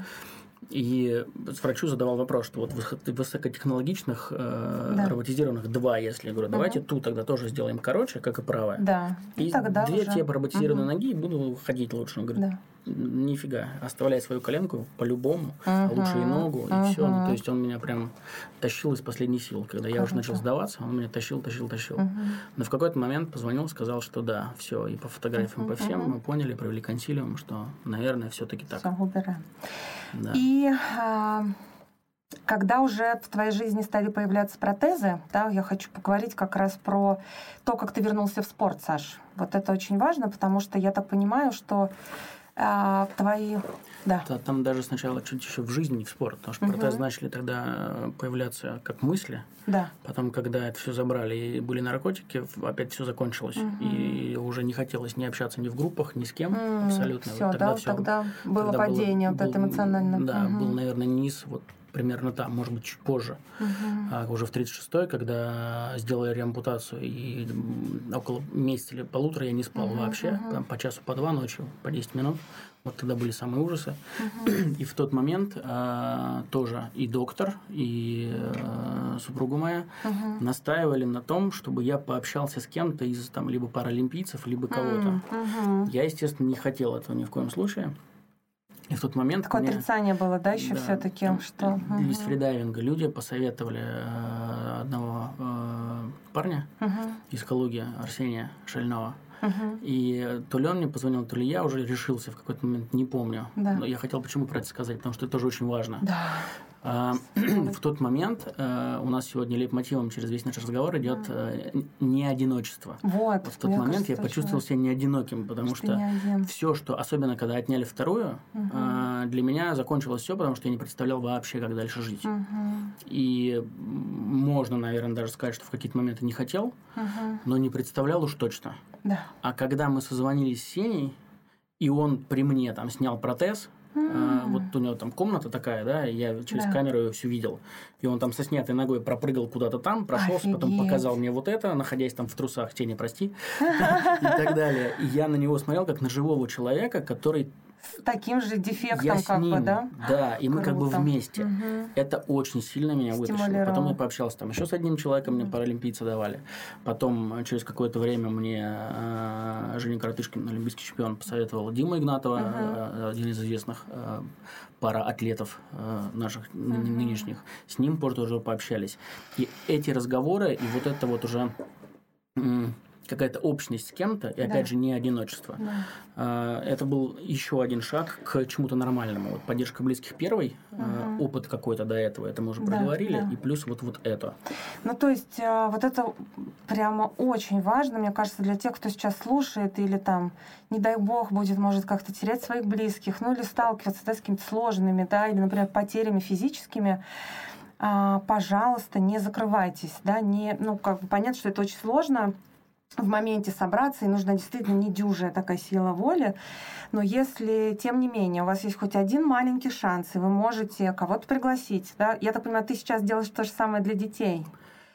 И врачу задавал вопрос, что вот высокотехнологичных э, да. роботизированных два, если я говорю, давайте угу. ту тогда тоже сделаем короче, как и правая. Да. И тогда две уже. те роботизированные угу. ноги, и буду ходить лучше. Он говорит, да. нифига, оставляй свою коленку по-любому, угу. а лучше и ногу, угу. и все. Ну, то есть он меня прям тащил из последних сил. Когда Круто. Я уже начал сдаваться, он меня тащил, тащил, тащил. Угу. Но в какой-то момент позвонил, сказал, что да, все, и по фотографиям, угу. по всем угу. мы поняли, провели консилиум, что, наверное, все-таки так. Все, убираем. Да. И а, когда уже в твоей жизни стали появляться протезы, да, я хочу поговорить как раз про то, как ты вернулся в спорт, Саш. Вот это очень важно, потому что я так понимаю, что а, твои... Да. Там даже сначала чуть еще в жизни, не в спорт, потому что угу. протезы начали тогда появляться как мысли. Да. Потом, когда это все забрали и были наркотики, опять все закончилось. Угу. И уже не хотелось ни общаться ни в группах, ни с кем угу. абсолютно. Всё, вот тогда, да, всё, тогда было тогда падение было, вот это эмоциональное. Да, угу. был, наверное, низ, вот примерно там, может быть, чуть позже. Угу. А уже в тридцать шестой, когда сделали реампутацию, и около месяца или полутора я не спал угу. вообще, угу. там, по часу, по два ночью, по десять минут. Вот тогда были самые ужасы. Uh-huh. И в тот момент э, тоже и доктор, и э, супруга моя uh-huh. настаивали на том, чтобы я пообщался с кем-то из там, либо паралимпийцев, либо кого-то. Uh-huh. Я, естественно, не хотел этого ни в коем случае. И в тот момент... Такое мне, отрицание было, да, еще да, все-таки, что... Uh-huh. Из фридайвинга люди посоветовали э, одного э, парня uh-huh. из Калуги, Арсения Шального. Uh-huh. И то ли он мне позвонил, то ли я уже решился в какой-то момент, не помню. Да. Но я хотел почему про это сказать, потому что это тоже очень важно. Да. А, в тот момент а, у нас сегодня лейтмотивом через весь наш разговор идет а, не одиночество. Вот. Вот в тот момент кажется, я почувствовал себя не одиноким, потому что, что все, что, особенно когда отняли вторую, uh-huh. а, для меня закончилось все, потому что я не представлял вообще, как дальше жить. Uh-huh. И можно, наверное, даже сказать, что в какие-то моменты не хотел, uh-huh. но не представлял уж точно. Да. А когда мы созвонились с Сеней, и он при мне там снял протез, mm-hmm. а, вот у него там комната такая, да, и я через да. камеру ее все видел, и он там со снятой ногой пропрыгал куда-то там, прошелся, потом показал мне вот это, находясь там в трусах, Сеня, прости, и так далее. И я на него смотрел как на живого человека, который с таким же дефектом, я как ним, бы, да? Да, и мы Круто. как бы вместе. Угу. Это очень сильно меня вытащило. Потом я пообщался там еще с одним человеком, мне паралимпийцы давали. Потом через какое-то время мне э, Женя Коротышкин, олимпийский чемпион, посоветовал Дима Игнатова, uh-huh. один из известных э, параатлетов э, наших uh-huh. нынешних. С ним позже тоже пообщались. И эти разговоры, и вот это вот уже... М- какая-то общность с кем-то, и, опять да. же, не одиночество. Да. Это был еще один шаг к чему-то нормальному. Вот поддержка близких первый, угу. опыт какой-то до этого, это мы уже да, проговорили, да. и плюс вот, вот это. Ну, то есть, вот это прямо очень важно, мне кажется, для тех, кто сейчас слушает или там, не дай бог, будет, может, как-то терять своих близких, ну, или сталкиваться да, с какими-то сложными, да, или, например, потерями физическими. Пожалуйста, не закрывайтесь, да, не, ну, как бы понятно, что это очень сложно, в моменте собраться, и нужна действительно недюжая такая сила воли. Но если, тем не менее, у вас есть хоть один маленький шанс, и вы можете кого-то пригласить, да, я так понимаю, ты сейчас делаешь то же самое для детей.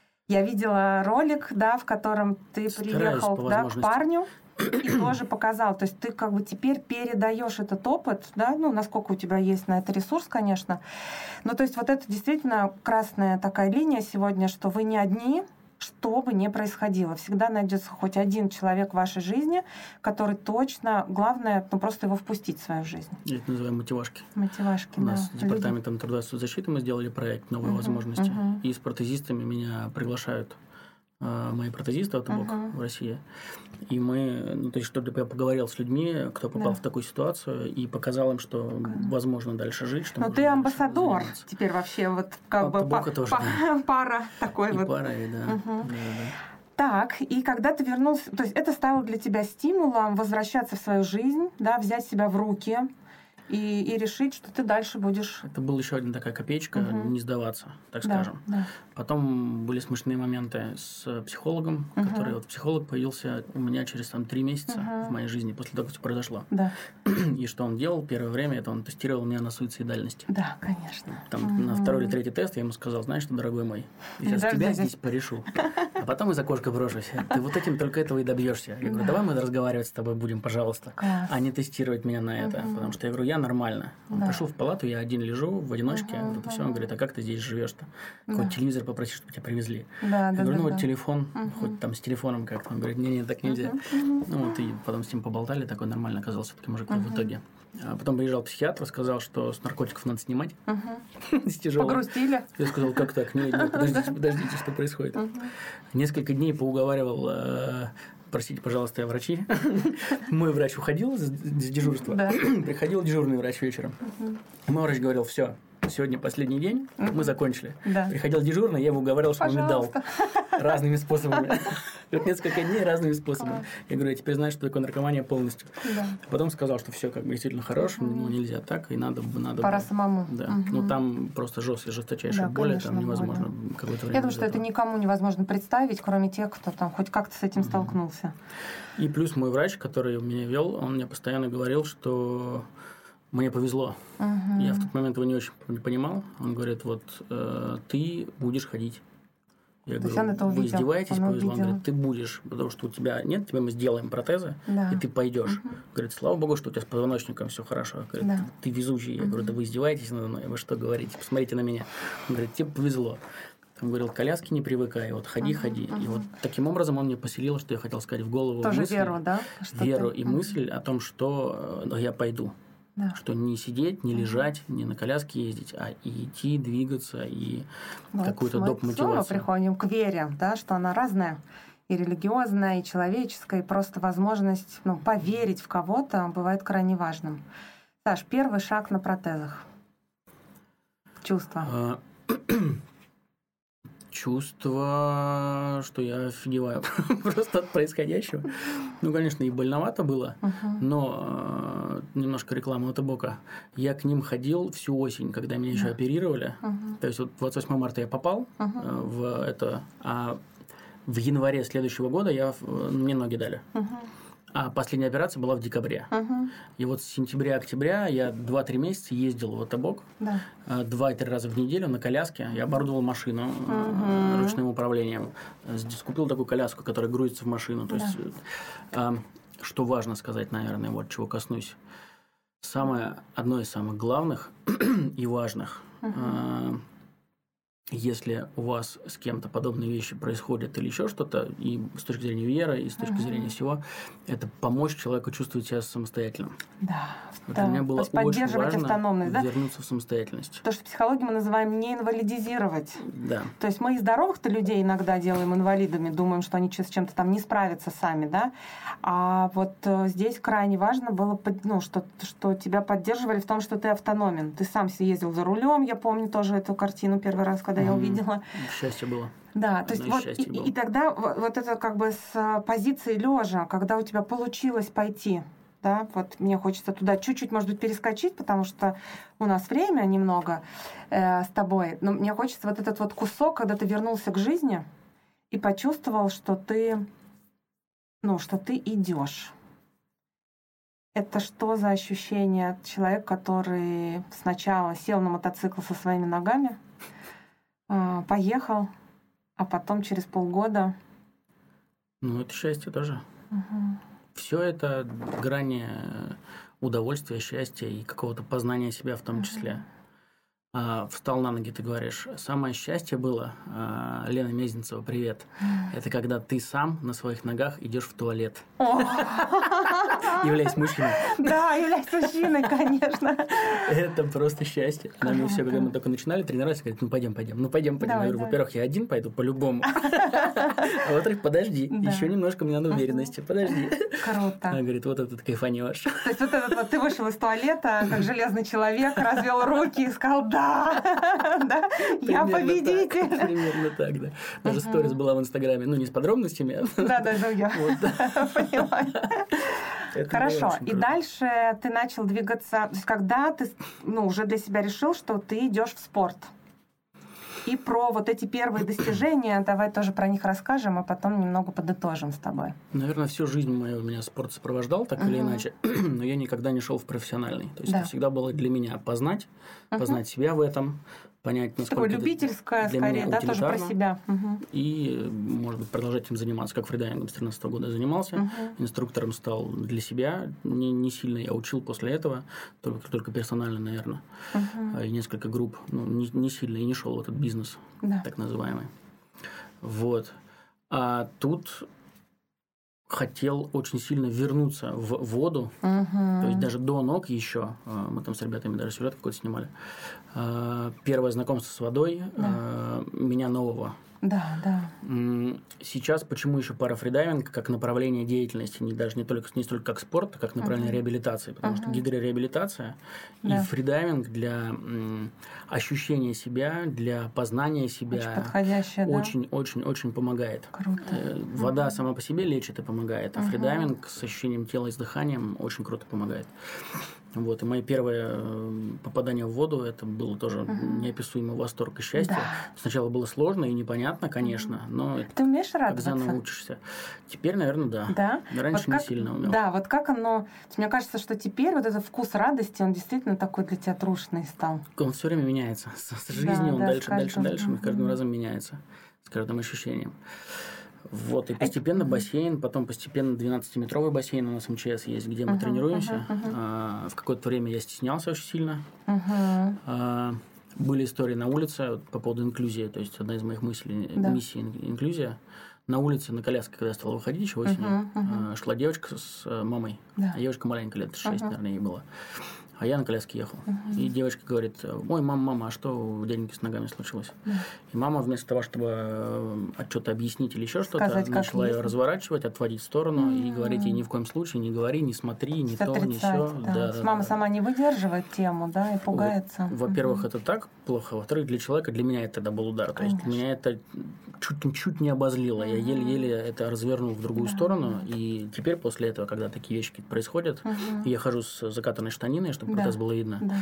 Я видела ролик, да, в котором ты Стараюсь приехал да, к парню и тоже показал. То есть ты как бы теперь передаешь этот опыт, да, ну, насколько у тебя есть на это ресурс, конечно. Но то есть вот это действительно красная такая линия сегодня, что вы не одни, что бы ни происходило. Всегда найдется хоть один человек в вашей жизни, который точно, главное, ну, просто его впустить в свою жизнь. Я это называю мотивашки. Мотивашки, У нас да. с департаментом труда и соцзащиты мы сделали проект «Новые uh-huh, возможности». Uh-huh. И с протезистами меня приглашают э, мои протезисты «Автобок» uh-huh. в России. И мы, ну, то есть, чтобы я поговорил с людьми, кто попал да. в такую ситуацию, и показал им, что okay. возможно дальше жить. Что Но ты амбассадор бы теперь вообще, вот как бы па- тоже, па- да. пара такой и вот. Пара, и да. Uh-huh. да, да. Так, и когда ты вернулся, то есть это стало для тебя стимулом возвращаться в свою жизнь, да, взять себя в руки и, и решить, что ты дальше будешь... Это была еще одна такая копеечка, uh-huh. не сдаваться, так да, скажем. Да. Потом были смешные моменты с психологом, uh-huh. который... Вот психолог появился у меня через там три месяца uh-huh. в моей жизни, после того, как все произошло. Да. И что он делал первое время, это он тестировал меня на суицидальность. Да, конечно. Там uh-huh. на второй или третий тест я ему сказал, знаешь что, дорогой мой, я сейчас тебя здесь порешу, а потом из окошка брошусь. Ты вот этим только этого и добьешься. Я говорю, давай мы разговаривать с тобой будем, пожалуйста, Класс. А не тестировать меня на это. Uh-huh. Потому что я говорю, я нормально. Он да. пришел в палату, я один лежу в одиночке, uh-huh. вот это все. Он говорит, а как ты здесь живешь-то? Да. Хоть телевизор попроси, чтобы тебя привезли. Да, я да, говорю, ну да, вот да. телефон, uh-huh. хоть там с телефоном как-то. Он говорит, не-не, так нельзя. Uh-huh. Ну вот и потом с ним поболтали, такой нормально оказался все-таки мужик uh-huh. в итоге. А потом приезжал психиатр, сказал, что с наркотиков надо снимать. Uh-huh. С тяжелым. Погрустили. Я сказал, как так? Нет, нет, подождите, подождите, что происходит. Uh-huh. Несколько дней поуговаривал, э, простите, пожалуйста, врачи. Мой врач уходил с дежурства. Приходил дежурный врач вечером. Мой врач говорил, все, сегодня последний день, мы закончили. Приходил дежурный, я его уговаривал, что он мне дал. Разными способами. Вот несколько дней разными способами. Я говорю, я теперь знаю, что такое наркомания полностью. Да. Потом сказал, что все как бы действительно хорош, угу. ну нельзя так, и надо бы надо. Пора бы. самому. Да. Угу. Ну там просто жесткая, жесточайшая да, боль, конечно, там невозможно боль. какое-то время. Я думаю, что это никому невозможно представить, кроме тех, кто там хоть как-то с этим угу. столкнулся. И плюс мой врач, который меня вел, он мне постоянно говорил, что мне повезло. Угу. Я в тот момент его не очень понимал. Он говорит, вот э, ты будешь ходить. Я То говорю, это вы издеваетесь, он повезло. Он говорит, ты будешь, потому что у тебя нет, тебе мы сделаем протезы, да. и ты пойдешь. Угу. Говорит, слава богу, что у тебя с позвоночником все хорошо. Говорит, да. ты, ты везучий. Я угу. говорю, да вы издеваетесь надо мной, вы что говорите, посмотрите на меня. Он говорит, тебе повезло. Он говорил, к коляске не привыкай, вот ходи, uh-huh, ходи. Uh-huh. И вот таким образом он мне поселил, что я хотел сказать, в голову тоже мысль, веру, да? Что веру и uh-huh. мысль о том, что э, я пойду. Да. Что не сидеть, не лежать, не на коляске ездить, а и идти, двигаться, и вот какую-то доп. Мотивацию. Мы приходим к вере, да, что она разная, и религиозная, и человеческая, и просто возможность ну, поверить в кого-то бывает крайне важным. Саш, первый шаг на протезах. Чувства. Чувство, что я офигеваю просто от происходящего. Ну, конечно, и больновато было, uh-huh. но э, немножко рекламы Автобока. Я к ним ходил всю осень, когда меня еще uh-huh. оперировали. Uh-huh. То есть вот двадцать восьмого марта я попал uh-huh. э, в это, а в январе следующего года я, мне ноги дали. Uh-huh. А последняя операция была в декабре. Uh-huh. И вот с сентября-октября я два-три месяца ездил в Автобок. Да. Два-три раза в неделю на коляске. Я оборудовал машину uh-huh. ручным управлением. Здесь купил такую коляску, которая грузится в машину. То да. есть, что важно сказать, наверное, вот чего коснусь. Самое, одно из самых главных и важных, uh-huh. если у вас с кем-то подобные вещи происходят или еще что-то, и с точки зрения веры, и с точки uh-huh. зрения всего, это помочь человеку чувствовать себя самостоятельным. Да. Вот да. Для меня было очень важно автономность, да? вернуться в самостоятельность. То, что в психологии мы называем не инвалидизировать. Да. То есть мы и здоровых-то людей иногда делаем инвалидами, думаем, что они с чем-то там не справятся сами, да? А вот здесь крайне важно было, ну, что, что тебя поддерживали в том, что ты автономен. Ты сам ездил за рулем, я помню тоже эту картину первый раз, когда mm-hmm. я увидела. Счастье было. Да, то есть вот и, и тогда вот, вот это как бы с позиции лежа, когда у тебя получилось пойти, да, вот мне хочется туда чуть-чуть, может быть, перескочить, потому что у нас время немного э, с тобой, но мне хочется вот этот вот кусок, когда ты вернулся к жизни и почувствовал, что ты, ну, что ты идешь. Это что за ощущение? Человек, который сначала сел на мотоцикл со своими ногами, э, поехал, а потом через полгода... Ну, это счастье тоже. Угу. Все это грани удовольствия, счастья и какого-то познания себя в том числе. А, встал на ноги, ты говоришь. Самое счастье было, а, Лена Мезенцева, привет. Это когда ты сам на своих ногах идешь в туалет. Являясь мужчиной. Да, являясь мужчиной, конечно. Это просто счастье. Она мне все, когда мы только начинали тренироваться, говорит, ну пойдем, пойдем, ну пойдем, пойдем. Я говорю, во-первых, я один пойду по-любому. А во-вторых, подожди, еще немножко мне надо уверенности, подожди. Круто. Она говорит, вот этот кайфанешь. То есть вот этот вот ты вышел из туалета, как железный человек, развел руки и сказал, да, да, я победитель. Примерно так, да. Даже сторис была в Инстаграме, ну не с подробностями. Да, да, да, я понимаю. Хорошо. И дальше ты начал двигаться, то есть когда ты, ну, уже для себя решил, что ты идешь в спорт. И про вот эти первые достижения, давай тоже про них расскажем, а потом немного подытожим с тобой. Наверное, всю жизнь мою меня спорт сопровождал, так uh-huh. или иначе, но я никогда не шел в профессиональный. То есть да. это всегда было для меня познать, uh-huh. познать себя в этом, понять, насколько такое любительское, для скорее, меня да, тоже про себя. Угу. И, может быть, продолжать этим заниматься. Как фридайвингом с тринадцатого года занимался, угу. инструктором стал для себя. Не, не сильно я учил после этого, только, только персонально, наверное. Угу. И несколько групп. Ну, не, не сильно и не шел в этот бизнес, да. так называемый. Вот. А тут хотел очень сильно вернуться в воду, uh-huh. то есть даже до ног еще, мы там с ребятами даже сюжет какой-то снимали, первое знакомство с водой, да. меня нового. Да, да. Сейчас почему еще парафридайвинг как направление деятельности, не даже не только не столько как спорт, а как направление uh-huh. реабилитации, потому uh-huh. что гидрореабилитация да. и фридайвинг для м, ощущения себя, для познания себя очень, да? очень, очень помогает. Круто. Вода uh-huh. сама по себе лечит и помогает, а uh-huh. фридайвинг с ощущением тела и с дыханием очень круто помогает. Вот, и мое первое попадание в воду, это было тоже uh-huh. неописуемый восторг и счастье. Да. Сначала было сложно и непонятно, конечно, uh-huh. но ты умеешь радоваться? Когда научишься. Теперь, наверное, да. Да? Раньше вот как, не сильно умел. Да, вот как оно... Мне кажется, что теперь вот этот вкус радости, он действительно такой для тебя трушный стал. Он все время меняется. С, с жизнью да, он да, дальше, каждым... дальше, дальше, uh-huh. с каждым разом меняется. С каждым ощущением. Вот, и постепенно бассейн, потом постепенно двенадцатиметровый бассейн у нас эм че эс есть, где мы uh-huh, uh-huh, uh-huh. А, в какое-то время я стеснялся очень сильно. Uh-huh. А, были истории на улице по поводу инклюзии, то есть одна из моих мыслей, да. миссий инклюзия. На улице, на коляске, когда я стала выходить еще осенью, uh-huh, uh-huh. шла девочка с мамой, да. а девочка маленькая, лет шесть, uh-huh. наверное, ей было. А я на коляске ехал. Uh-huh. И девочка говорит, ой, мама, мама, а что у дяденьки с ногами случилось? Uh-huh. И мама вместо того, чтобы что-то объяснить или еще что-то, сказать, начала ее разворачивать, отводить в сторону uh-huh. и говорить ей ни в коем случае, не говори, не смотри, ни то, ни сё. Да. Да, да, мама да. сама не выдерживает тему, да, и пугается. Вот, во-первых, uh-huh. это так плохо. Во-вторых, для человека, для меня это тогда был удар. Конечно. То есть меня это чуть-чуть не обозлило. Uh-huh. Я еле-еле это развернул в другую uh-huh. сторону. И теперь после этого, когда такие вещи происходят, uh-huh. я хожу с закатанной штаниной, чтобы да. было видно. Да.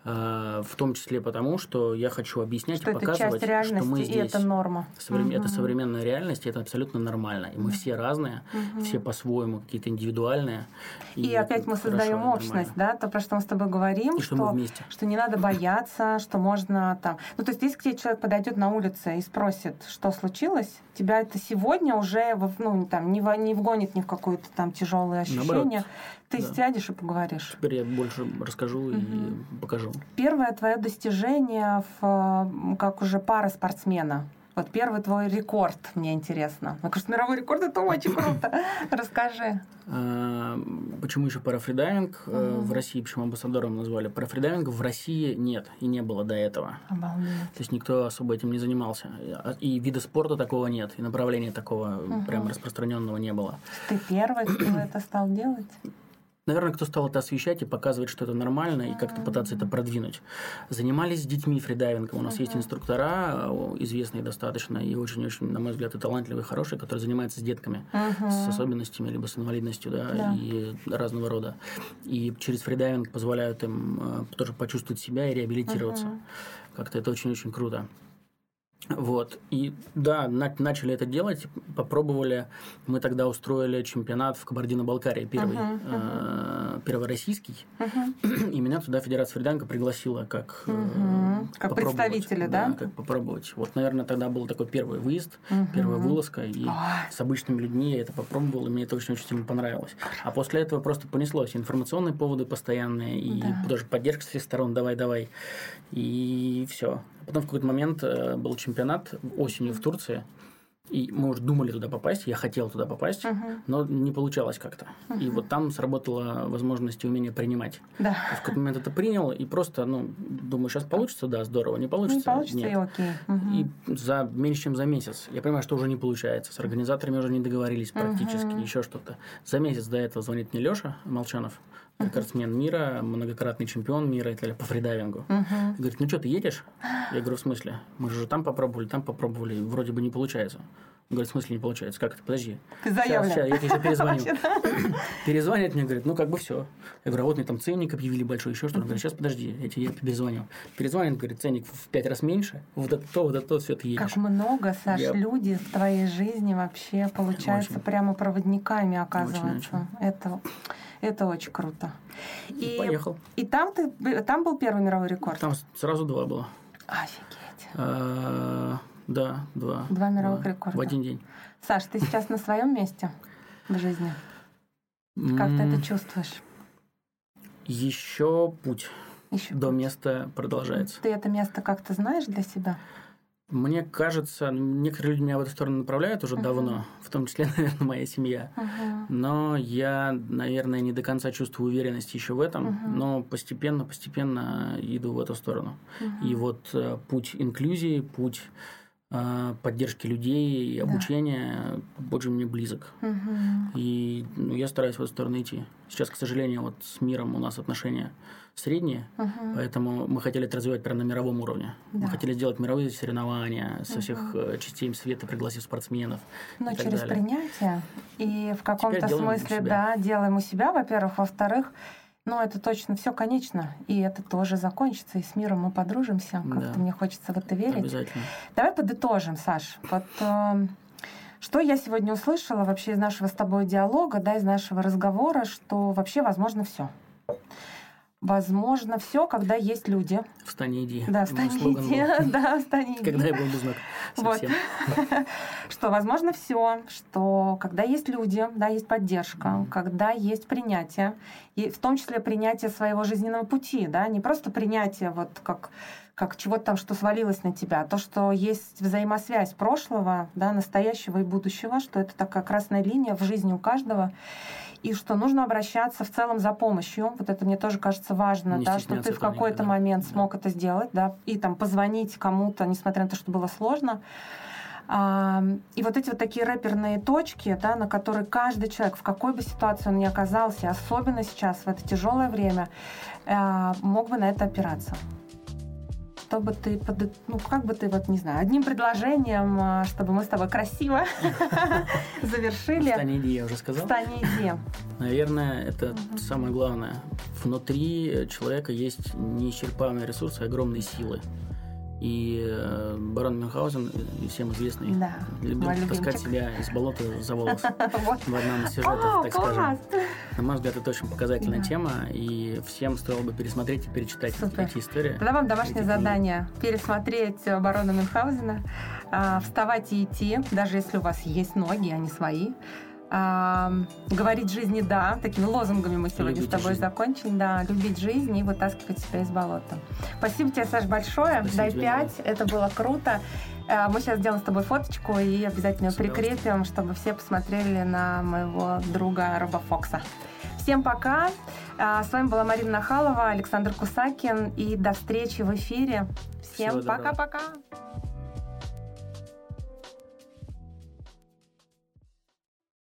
А, в том числе потому, что я хочу объяснять что и показывать, что мы здесь. И это норма. Соврем... Uh-huh. Это современная реальность, и это абсолютно нормально. И мы uh-huh. все разные, uh-huh. все по-своему какие-то индивидуальные. И, и опять мы создаем общность, да, то, про что мы с тобой говорим, и что, что, мы вместе. Что не надо бояться, что можно там... Ну, то есть, если к тебе человек подойдет на улице и спросит, что случилось, тебя это сегодня уже ну, там, не, в... не вгонит ни в какое-то там тяжелое ощущение. Наоборот. Ты да. сядешь и поговоришь. Теперь я больше расскажу угу. и покажу. Первое твое достижение в, как уже пара спортсмена. Вот первый твой рекорд, мне интересно. Мне кажется, мировой рекорд — это очень круто. Расскажи. Почему еще парафридайвинг uh-huh. в России, почему амбассадором назвали? Парафридайвинга в России нет и не было до этого. Обалдеть. То есть никто особо этим не занимался. И вида спорта такого нет, и направления такого uh-huh. прям распространенного не было. Ты первый, кто это стал делать? Наверное, кто стал это освещать и показывать, что это нормально, и как-то пытаться это продвинуть. Занимались с детьми фридайвингом. У нас uh-huh. есть инструктора, известные достаточно, и очень-очень, на мой взгляд, и талантливые, хорошие, которые занимаются с детками, uh-huh. с особенностями, либо с инвалидностью, да, да, и разного рода. И через фридайвинг позволяют им тоже почувствовать себя и реабилитироваться. Uh-huh. Как-то это очень-очень круто. Вот. И да, на- начали это делать, попробовали. Мы тогда устроили чемпионат в Кабардино-Балкарии, первый, uh-huh, uh-huh. Э, первый российский. Uh-huh. И меня туда Федерация фридайвинга пригласила как, uh-huh. э, как представителя, да? Да, как попробовать. Вот, наверное, тогда был такой первый выезд, uh-huh. первая вылазка, и uh-huh. с обычными людьми я это попробовал, и мне это очень-очень сильно понравилось. А после этого просто понеслось. Информационные поводы постоянные, и да. тоже поддержка с всех сторон, давай-давай. И все. Потом в какой-то момент был чемпионат осенью в Турции, и мы уже думали туда попасть, я хотел туда попасть, uh-huh. но не получалось как-то. Uh-huh. И вот там сработала возможность и умение принимать. Да. Я в какой-то момент это принял, и просто, ну, думаю, сейчас получится, да, здорово, не получится, не получится, нет. И окей. Uh-huh. И за меньше, чем за месяц, я понимаю, что уже не получается, с организаторами уже не договорились практически, uh-huh. еще что-то. За месяц до этого звонит мне Лёша Молчанов, рекордсмен мира, многократный чемпион мира и так далее, по фридайвингу. Uh-huh. Говорит, ну что, ты едешь? Я говорю, в смысле? Мы же там попробовали, там попробовали, вроде бы не получается. Он говорит, в смысле не получается? Как это? Подожди. Ты заявлен. Сейчас, сейчас, я тебе еще перезвоню. Перезвонит мне, говорит, ну как бы все. Я говорю, а вот мне там ценник объявили большой, еще что-то. Он говорит, сейчас подожди, я тебе перезвоню. Перезвонит, говорит, ценник в пять раз меньше, вот это то, вот это то, все, ты едешь. Как много, Саш, я... люди в твоей жизни вообще, получается, очень. Прямо проводниками оказываются. Очень, очень. Это... Это очень круто. И, поехал. И там ты, там был первый мировой рекорд? Там сразу два было. Офигеть. А, да, два. Два мировых два. рекорда. В один день. Саш, ты сейчас на своем месте в жизни? Как ты это чувствуешь? Еще путь. Еще до путь. Места продолжается. Ты это место как-то знаешь для себя? Мне кажется, некоторые люди меня в эту сторону направляют уже uh-huh. давно, в том числе, наверное, моя семья. Uh-huh. Но я, наверное, не до конца чувствую уверенность еще в этом, uh-huh. но постепенно, постепенно иду в эту сторону. Uh-huh. И вот э, путь инклюзии, путь э, поддержки людей и обучения да. очень мне близок. Uh-huh. И ну, я стараюсь в эту сторону идти. Сейчас, к сожалению, вот с миром у нас отношения средние, uh-huh. поэтому мы хотели это развивать прямо на мировом уровне. Да. Мы хотели сделать мировые соревнования со uh-huh. всех частей света, пригласив спортсменов. Но через далее. Принятие и в каком-то смысле, да, делаем у себя, во-первых, во-вторых, ну, это точно все конечно, и это тоже закончится, и с миром мы подружимся. Как-то да. мне хочется в это верить. Обязательно. Давай подытожим, Саш. Вот э, что я сегодня услышала вообще из нашего с тобой диалога, да, из нашего разговора, что вообще возможно все. Возможно, все, когда есть люди. Встань и иди. Да, встань и иди. Да, встань и иди. Когда я был музнак совсем. Вот. Что возможно все, что когда есть люди, да, есть поддержка, mm. когда есть принятие, и в том числе принятие своего жизненного пути, да, не просто принятие вот как как чего-то там, что свалилось на тебя, а то, что есть взаимосвязь прошлого, да, настоящего и будущего, что это такая красная линия в жизни у каждого, и что нужно обращаться в целом за помощью. Вот это мне тоже кажется важно, не да, что ты в какой-то никогда. момент да. смог это сделать, да, и там позвонить кому-то, несмотря на то, что было сложно. А, и вот эти вот такие рэперные точки, да, на которые каждый человек, в какой бы ситуации он ни оказался, особенно сейчас, в это тяжелое время, а, мог бы на это опираться. Чтобы ты, под, ну, как бы ты, вот, не знаю, одним предложением, чтобы мы с тобой красиво завершили. Встань и иди, я уже сказал. Встань и иди. Наверное, это самое главное. Внутри человека есть неисчерпаемые ресурсы, огромные силы. И э, барон Мюнхгаузен, всем известный, да, любил таскать себя из болота за волосы в одном из сюжетов, так скажем. На мой взгляд, это очень показательная тема, и всем стоило бы пересмотреть и перечитать эти истории. Тогда вам домашнее задание – пересмотреть барона Мюнхгаузена, вставать и идти, даже если у вас есть ноги, а не свои, говорить жизни «да». Такими лозунгами мы сегодня любить с тобой жизнь. закончим. Да, любить жизнь и вытаскивать себя из болота. Спасибо тебе, Саш, большое. Спасибо Дай тебе, пять. Это было круто. Мы сейчас сделаем с тобой фоточку и обязательно ее прикрепим, чтобы все посмотрели на моего друга Робофокса. Всем пока. С вами была Марина Нахалова, Александр Кусакин. И до встречи в эфире. Всем пока-пока.